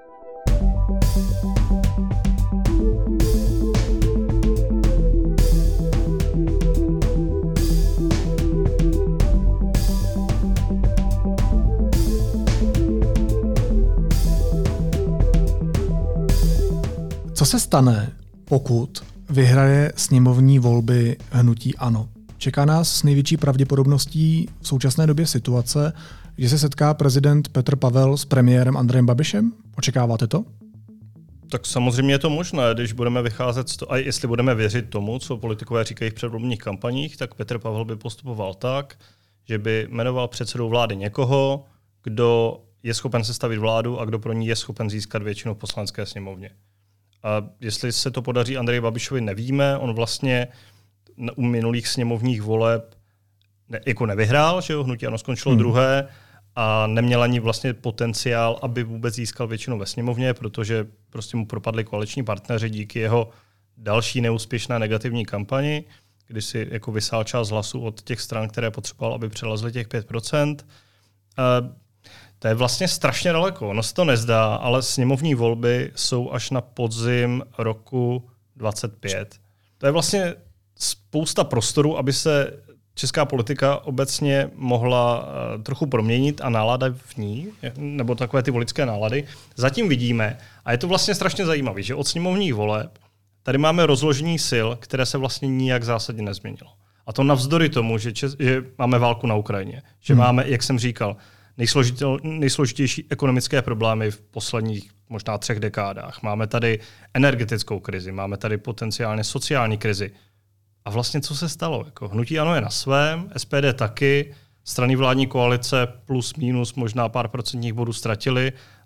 Co se stane, pokud vyhraje sněmovní volby hnutí ANO? Čeká nás s největší pravděpodobností v současné době situace, kdy se setká prezident Petr Pavel s premiérem Andrejem Babišem? Očekáváte to? Tak samozřejmě je to možné, když budeme vycházet z toho, a jestli budeme věřit tomu, co politikové říkají v předvolebních kampaních, tak Petr Pavel by postupoval tak, že by jmenoval předsedou vlády někoho, kdo je schopen sestavit vládu a kdo pro ní je schopen získat většinu v poslanecké sněmovně. A jestli se to podaří Andreji Babišovi, nevíme. On vlastně u minulých sněmovních voleb ne, jako nevyhrál, že jo, hnutí ANO skončilo hmm. druhé a neměl ani vlastně potenciál, aby vůbec získal většinu ve sněmovně, protože prostě mu propadli koaliční partneři díky jeho další neúspěšné negativní kampani, kdy si jako vysál část hlasů od těch stran, které potřeboval, aby přelezly těch pět procent. Uh, To je vlastně strašně daleko. Ono se to nezdá, ale sněmovní volby jsou až na podzim roku dvacet pět. To je vlastně spousta prostoru, aby se česká politika obecně mohla trochu proměnit a nálada v ní, nebo takové ty voličské nálady. Zatím vidíme, a je to vlastně strašně zajímavé, že od sněmovních voleb tady máme rozložení sil, které se vlastně nijak zásadně nezměnilo. A to navzdory tomu, že, Čes- že máme válku na Ukrajině, že hmm. máme, jak jsem říkal, nejsložitější ekonomické problémy v posledních možná třech dekádách. Máme tady energetickou krizi, máme tady potenciálně sociální krizi. A vlastně co se stalo? Jako hnutí ANO je na svém, S P D taky, strany vládní koalice plus minus možná pár procentních bodů ztratili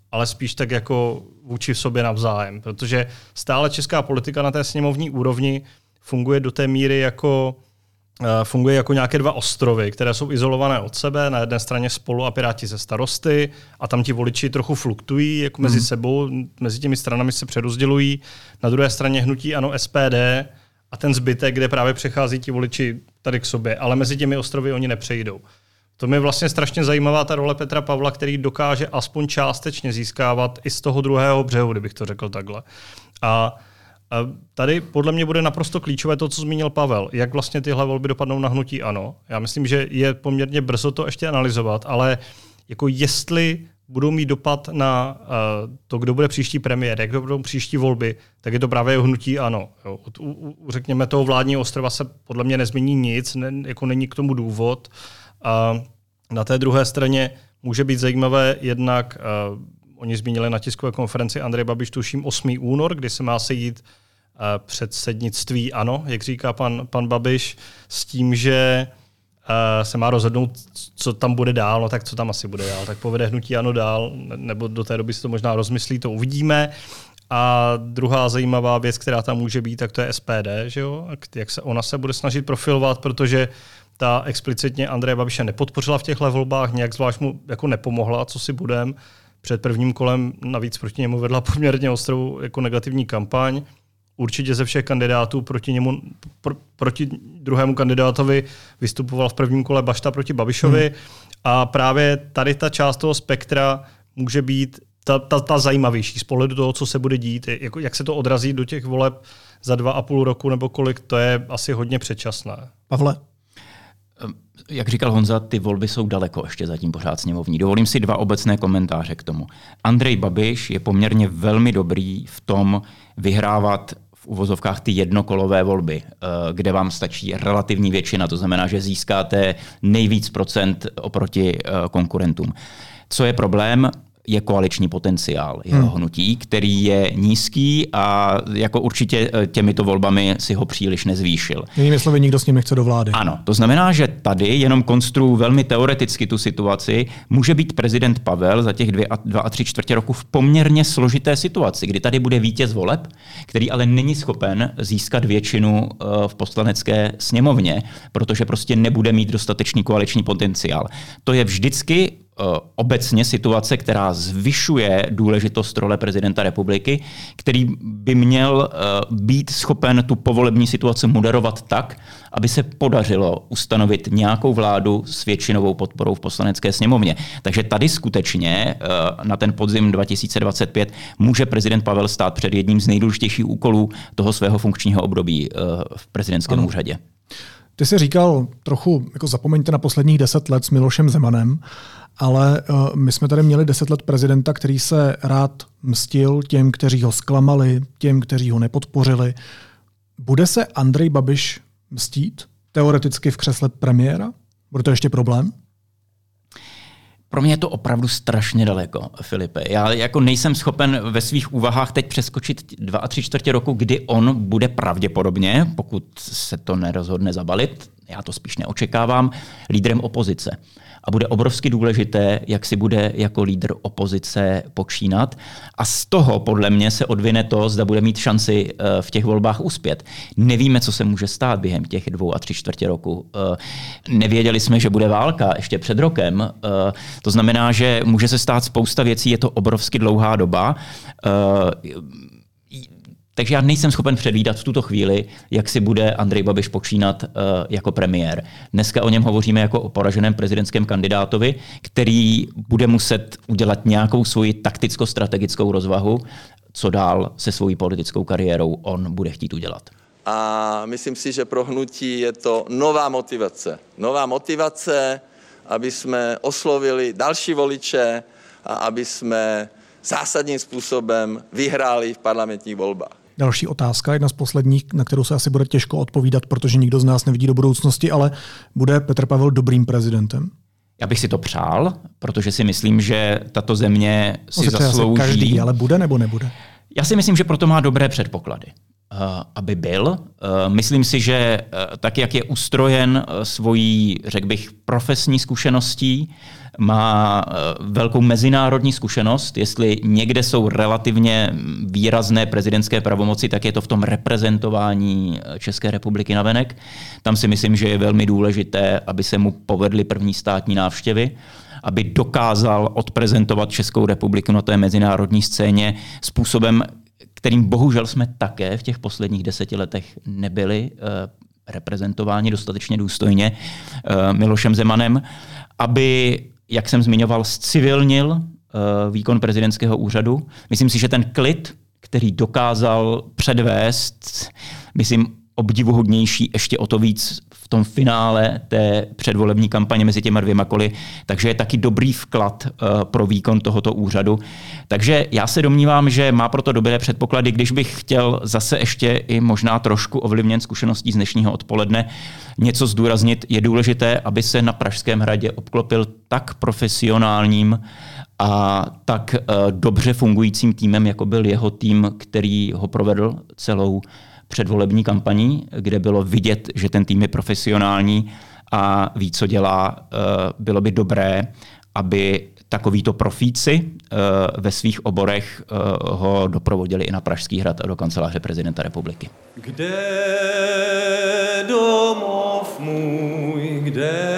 ale spíš tak jako vůči sobě navzájem, protože stále česká politika na té sněmovní úrovni funguje do té míry jako funguje jako nějaké dva ostrovy, které jsou izolované od sebe. Na jedné straně Spolu a Piráti ze Starosty a tam ti voliči trochu fluktují jako mezi hmm. sebou, mezi těmi stranami se přerozdělují. Na druhé straně hnutí ANO S P D a ten zbytek, kde právě přechází ti voliči tady k sobě, ale mezi těmi ostrovy oni nepřejdou. To mi je vlastně strašně zajímavá ta role Petra Pavla, který dokáže aspoň částečně získávat i z toho druhého břehu, kdybych to řekl takhle. A tady podle mě bude naprosto klíčové to, co zmínil Pavel. Jak vlastně tyhle volby dopadnou na hnutí ANO. Já myslím, že je poměrně brzo to ještě analyzovat, ale jako jestli budou mít dopad na uh, to, kdo bude příští premiér, jak budou příští volby, tak je to právě hnutí ANO. Jo. U, u, řekněme, toho vládního ostrova se podle mě nezmění nic, ne, jako není k tomu důvod. A na té druhé straně může být zajímavé jednak, uh, oni zmínili na tiskové konferenci Andrej Babiš, tuším osmého února, kdy se má sejít uh, předsednictví ANO, jak říká pan, pan Babiš, s tím, že uh, se má rozhodnout, co tam bude dál, no tak co tam asi bude dál, tak povede hnutí ANO dál, nebo do té doby si to možná rozmyslí, to uvidíme. A druhá zajímavá věc, která tam může být, tak to je S P D, že jo? Jak se ona se bude snažit profilovat, protože ta explicitně Andreje Babiše nepodpořila v těchto volbách, nějak zvlášť mu jako nepomohla, co si budem. Před prvním kolem navíc proti němu vedla poměrně ostrou jako negativní kampaň. Určitě ze všech kandidátů proti němu, pr- proti druhému kandidátovi vystupoval v prvním kole Bašta proti Babišovi. Hmm. A právě tady ta část toho spektra může být ta, ta, ta zajímavější z pohledu toho, co se bude dít. Jak, jak se to odrazí do těch voleb za dva a půl roku nebo kolik, to je asi hodně předčasné. Pavle? Jak říkal Honza, ty volby jsou daleko ještě zatím pořád sněmovní. Dovolím si dva obecné komentáře k tomu. Andrej Babiš je poměrně velmi dobrý v tom vyhrávat v uvozovkách ty jednokolové volby, kde vám stačí relativní většina, to znamená, že získáte nejvíc procent oproti konkurentům. Co je problém? Je koaliční potenciál jeho hmm. hnutí, který je nízký a jako určitě těmito volbami si ho příliš nezvýšil. Jinými slovy, nikdo s ním nechce do vlády. Ano, to znamená, že tady jenom konstruuji velmi teoreticky tu situaci, může být prezident Pavel za těch dvě a, dva a tři čtvrtě roku v poměrně složité situaci, kdy tady bude vítěz voleb, který ale není schopen získat většinu v poslanecké sněmovně, protože prostě nebude mít dostatečný koaliční potenciál. To je vždycky obecně situace, která zvyšuje důležitost role prezidenta republiky, který by měl být schopen tu povolební situaci moderovat tak, aby se podařilo ustanovit nějakou vládu s většinovou podporou v poslanecké sněmovně. Takže tady skutečně na ten podzim dva tisíce dvacet pět může prezident Pavel stát před jedním z nejdůležitějších úkolů toho svého funkčního období v prezidentském ano. úřadě. Ty jsi říkal trochu, jako zapomeňte na posledních deset let s Milošem Zemanem, ale uh, my jsme tady měli deset let prezidenta, který se rád mstil těm, kteří ho zklamali, těm, kteří ho nepodpořili. Bude se Andrej Babiš mstít teoreticky v křesle premiéra? Bude to ještě problém? Pro mě je to opravdu strašně daleko, Filipe. Já jako nejsem schopen ve svých úvahách teď přeskočit dva a tři čtvrtě roku, kdy on bude pravděpodobně, pokud se to nerozhodne zabalit, já to spíš neočekávám, lídrem opozice. A bude obrovsky důležité, jak si bude jako lídr opozice počínat. A z toho podle mě se odvine to, zda bude mít šanci v těch volbách uspět. Nevíme, co se může stát během těch dvou a tři čtvrtě roku. Nevěděli jsme, že bude válka ještě před rokem. To znamená, že může se stát spousta věcí, je to obrovsky dlouhá doba. Takže já nejsem schopen předvídat v tuto chvíli, jak si bude Andrej Babiš počínat uh, jako premiér. Dneska o něm hovoříme jako o poraženém prezidentském kandidátovi, který bude muset udělat nějakou svoji takticko-strategickou rozvahu, co dál se svojí politickou kariérou on bude chtít udělat. A myslím si, že pro hnutí je to nová motivace. Nová motivace, aby jsme oslovili další voliče a aby jsme zásadním způsobem vyhráli v parlamentních volbách. Další otázka, jedna z posledních, na kterou se asi bude těžko odpovídat, protože nikdo z nás nevidí do budoucnosti, ale bude Petr Pavel dobrým prezidentem? Já bych si to přál, protože si myslím, že tato země si no, zaslouží... Každý, ale bude nebo nebude? Já si myslím, že proto má dobré předpoklady. aby byl. Myslím si, že tak, jak je ustrojen svojí, řekl bych, profesní zkušeností, má velkou mezinárodní zkušenost. Jestli někde jsou relativně výrazné prezidentské pravomoci, tak je to v tom reprezentování České republiky navenek. Tam si myslím, že je velmi důležité, aby se mu povedly první státní návštěvy, aby dokázal odprezentovat Českou republiku na té mezinárodní scéně způsobem, kterým bohužel jsme také v těch posledních deseti letech nebyli reprezentováni dostatečně důstojně Milošem Zemanem, aby, jak jsem zmiňoval, zcivilnil výkon prezidentského úřadu. Myslím si, že ten klid, který dokázal předvést, myslím, obdivuhodnější ještě o to víc v tom finále té předvolební kampaně mezi těma dvěma koly, takže je taky dobrý vklad uh, pro výkon tohoto úřadu. Takže já se domnívám, že má proto dobré předpoklady, když bych chtěl zase ještě i možná trošku ovlivněn zkušeností z dnešního odpoledne něco zdůraznit. Je důležité, aby se na Pražském hradě obklopil tak profesionálním a tak uh, dobře fungujícím týmem, jako byl jeho tým, který ho provedl celou předvolební kampaní, kde bylo vidět, že ten tým je profesionální a ví, co dělá. Bylo by dobré, aby takovýto profíci ve svých oborech ho doprovodili i na Pražský hrad a do kanceláře prezidenta republiky. Kde domov můj, kde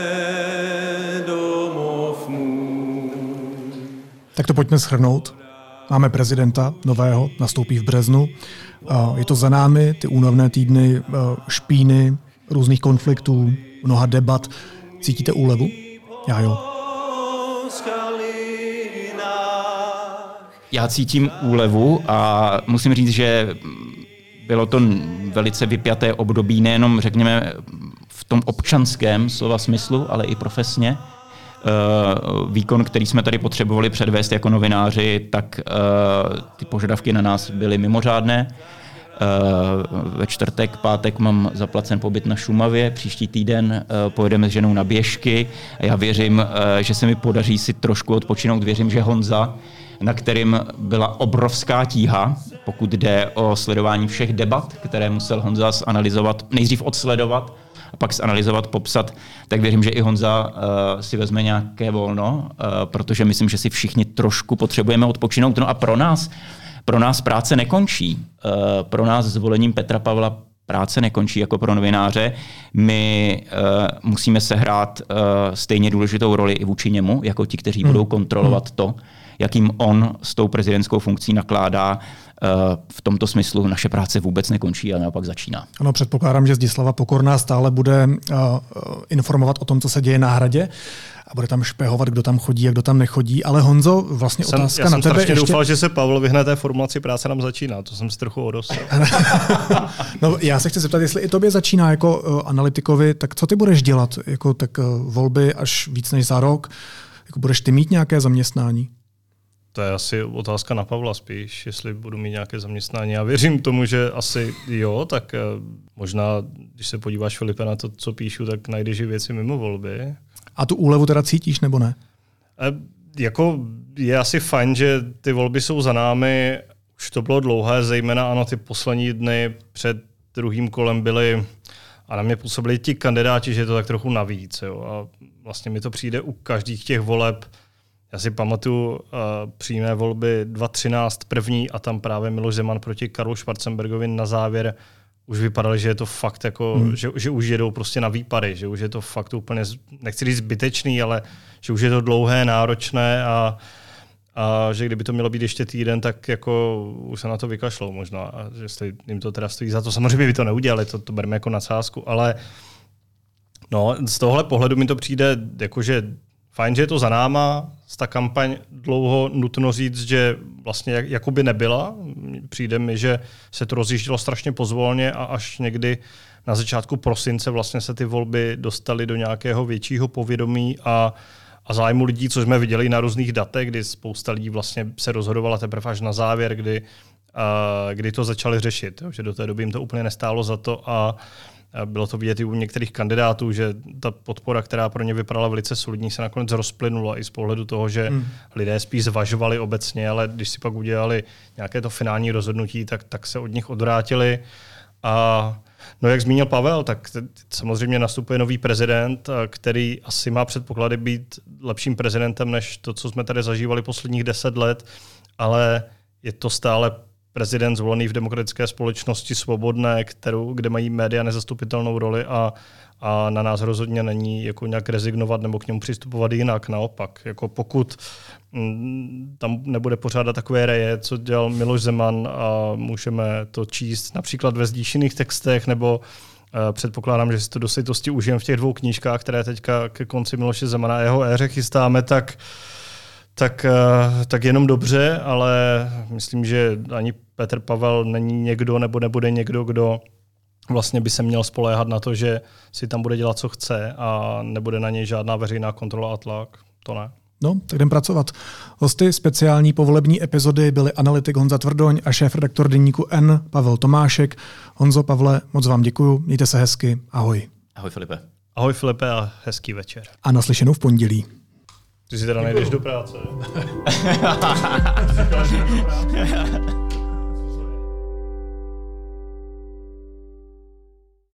domov můj. Tak to pojďme shrnout. Máme prezidenta nového, nastoupí v březnu. Je to za námi, ty únavné týdny špíny, různých konfliktů, mnoha debat. Cítíte úlevu? Já jo. Já cítím úlevu a musím říct, že bylo to velice vypjaté období, nejenom řekněme v tom občanském slova smyslu, ale i profesně. Výkon, který jsme tady potřebovali předvést jako novináři, tak ty požadavky na nás byly mimořádné. Ve čtvrtek, pátek mám zaplacen pobyt na Šumavě, příští týden pojedeme s ženou na běžky. Já věřím, že se mi podaří si trošku odpočinout. Věřím, že Honza, na kterým byla obrovská tíha, pokud jde o sledování všech debat, které musel Honza zanalyzovat, nejdřív odsledovat, a pak zanalyzovat, popsat, tak věřím, že i Honza uh, si vezme nějaké volno, uh, protože myslím, že si všichni trošku potřebujeme odpočinout. No a pro nás, pro nás práce nekončí. Uh, pro nás zvolením Petra Pavla práce nekončí jako pro novináře. My uh, musíme sehrát uh, stejně důležitou roli i vůči němu, jako ti, kteří hmm. budou kontrolovat to, jakým on s tou prezidentskou funkcí nakládá. V tomto smyslu naše práce vůbec nekončí a naopak začíná. Ano, předpokládám, že Zdislava Pokorná stále bude informovat o tom, co se děje na hradě a bude tam špehovat, kdo tam chodí a kdo tam nechodí. Ale Honzo, vlastně jsem, otázka já na tebe. Já jsem strašně ještě... doufal, že se Pavel vyhne té formulaci práce nám začíná. To jsem si trochu odostal. No, já se chci zeptat, jestli i tobě začíná jako uh, analytikovi, tak co ty budeš dělat? Jako, tak uh, volby až víc než za rok. Jako, budeš ty mít nějaké zaměstnání? To je asi otázka na Pavla spíš, jestli budu mít nějaké zaměstnání. Já věřím tomu, že asi jo, tak možná, když se podíváš, Filipe, na to, co píšu, tak najdeš i věci mimo volby. A tu úlevu teda cítíš, nebo ne? E, jako je asi fajn, že ty volby jsou za námi. Už to bylo dlouhé, zejména ano, ty poslední dny před druhým kolem byly a na mě působili ti kandidáti, že je to tak trochu navíc. Jo. A vlastně mi to přijde u každých těch voleb. Já si pamatuju uh, přímé volby dva tisíce třináct první a tam právě Miloš Zeman proti Karlu Schwarzenbergovi na závěr už vypadalo, že je to fakt jako, hmm. že, že už jedou prostě na výpady, že už je to fakt úplně, nechci říct zbytečný, ale že už je to dlouhé, náročné a, a že kdyby to mělo být ještě týden, tak jako už se na to vykašlou možná, a že stojí, jim to teda stojí za to. Samozřejmě by to neudělali, to, to bereme jako nadsázku, ale no, z tohle pohledu mi to přijde jakože fajn, že je to za náma, ta kampaň dlouho nutno říct, že vlastně jak, jakoby nebyla. Přijde mi, že se to rozjíždělo strašně pozvolně a až někdy na začátku prosince vlastně se ty volby dostaly do nějakého většího povědomí a, a zájmu lidí, co jsme viděli na různých datech, kdy spousta lidí vlastně se rozhodovala teprve až na závěr, kdy, a, kdy to začali řešit. Jo, že do té doby jim to úplně nestálo za to a Bylo to vidět i u některých kandidátů, že ta podpora, která pro ně vypadala velice solidní, se nakonec rozplynula i z pohledu toho, že hmm. lidé spíš zvažovali obecně, ale když si pak udělali nějaké to finální rozhodnutí, tak, tak se od nich odvrátili. A no, jak zmínil Pavel, tak samozřejmě nastupuje nový prezident, který asi má předpoklady být lepším prezidentem než to, co jsme tady zažívali posledních deset let, ale je to stále prezident zvolený v demokratické společnosti svobodné, kterou, kde mají média nezastupitelnou roli a, a na nás rozhodně není jako nějak rezignovat nebo k němu přistupovat jinak. Naopak, jako pokud m, tam nebude pořádat takové reje, co dělal Miloš Zeman a můžeme to číst například ve zdíšených textech nebo uh, předpokládám, že si to do sejtosti užijeme v těch dvou knížkách, které teďka ke konci Miloše Zemana a jeho éře chystáme, tak Tak, tak jenom dobře, ale myslím, že ani Petr Pavel není někdo nebo nebude někdo, kdo vlastně by se měl spoléhat na to, že si tam bude dělat, co chce a nebude na něj žádná veřejná kontrola a tlak. To ne. No, tak jdem pracovat. Hosty speciální povolební epizody byli analytik Honza Tvrdoň a šéfredaktor deníku N Pavel Tomášek. Honzo, Pavle, moc vám děkuju, mějte se hezky, ahoj. Ahoj Filipe. Ahoj Filipe a hezký večer. A naslyšenou v pondělí. Ty si teda nejdeš do práce.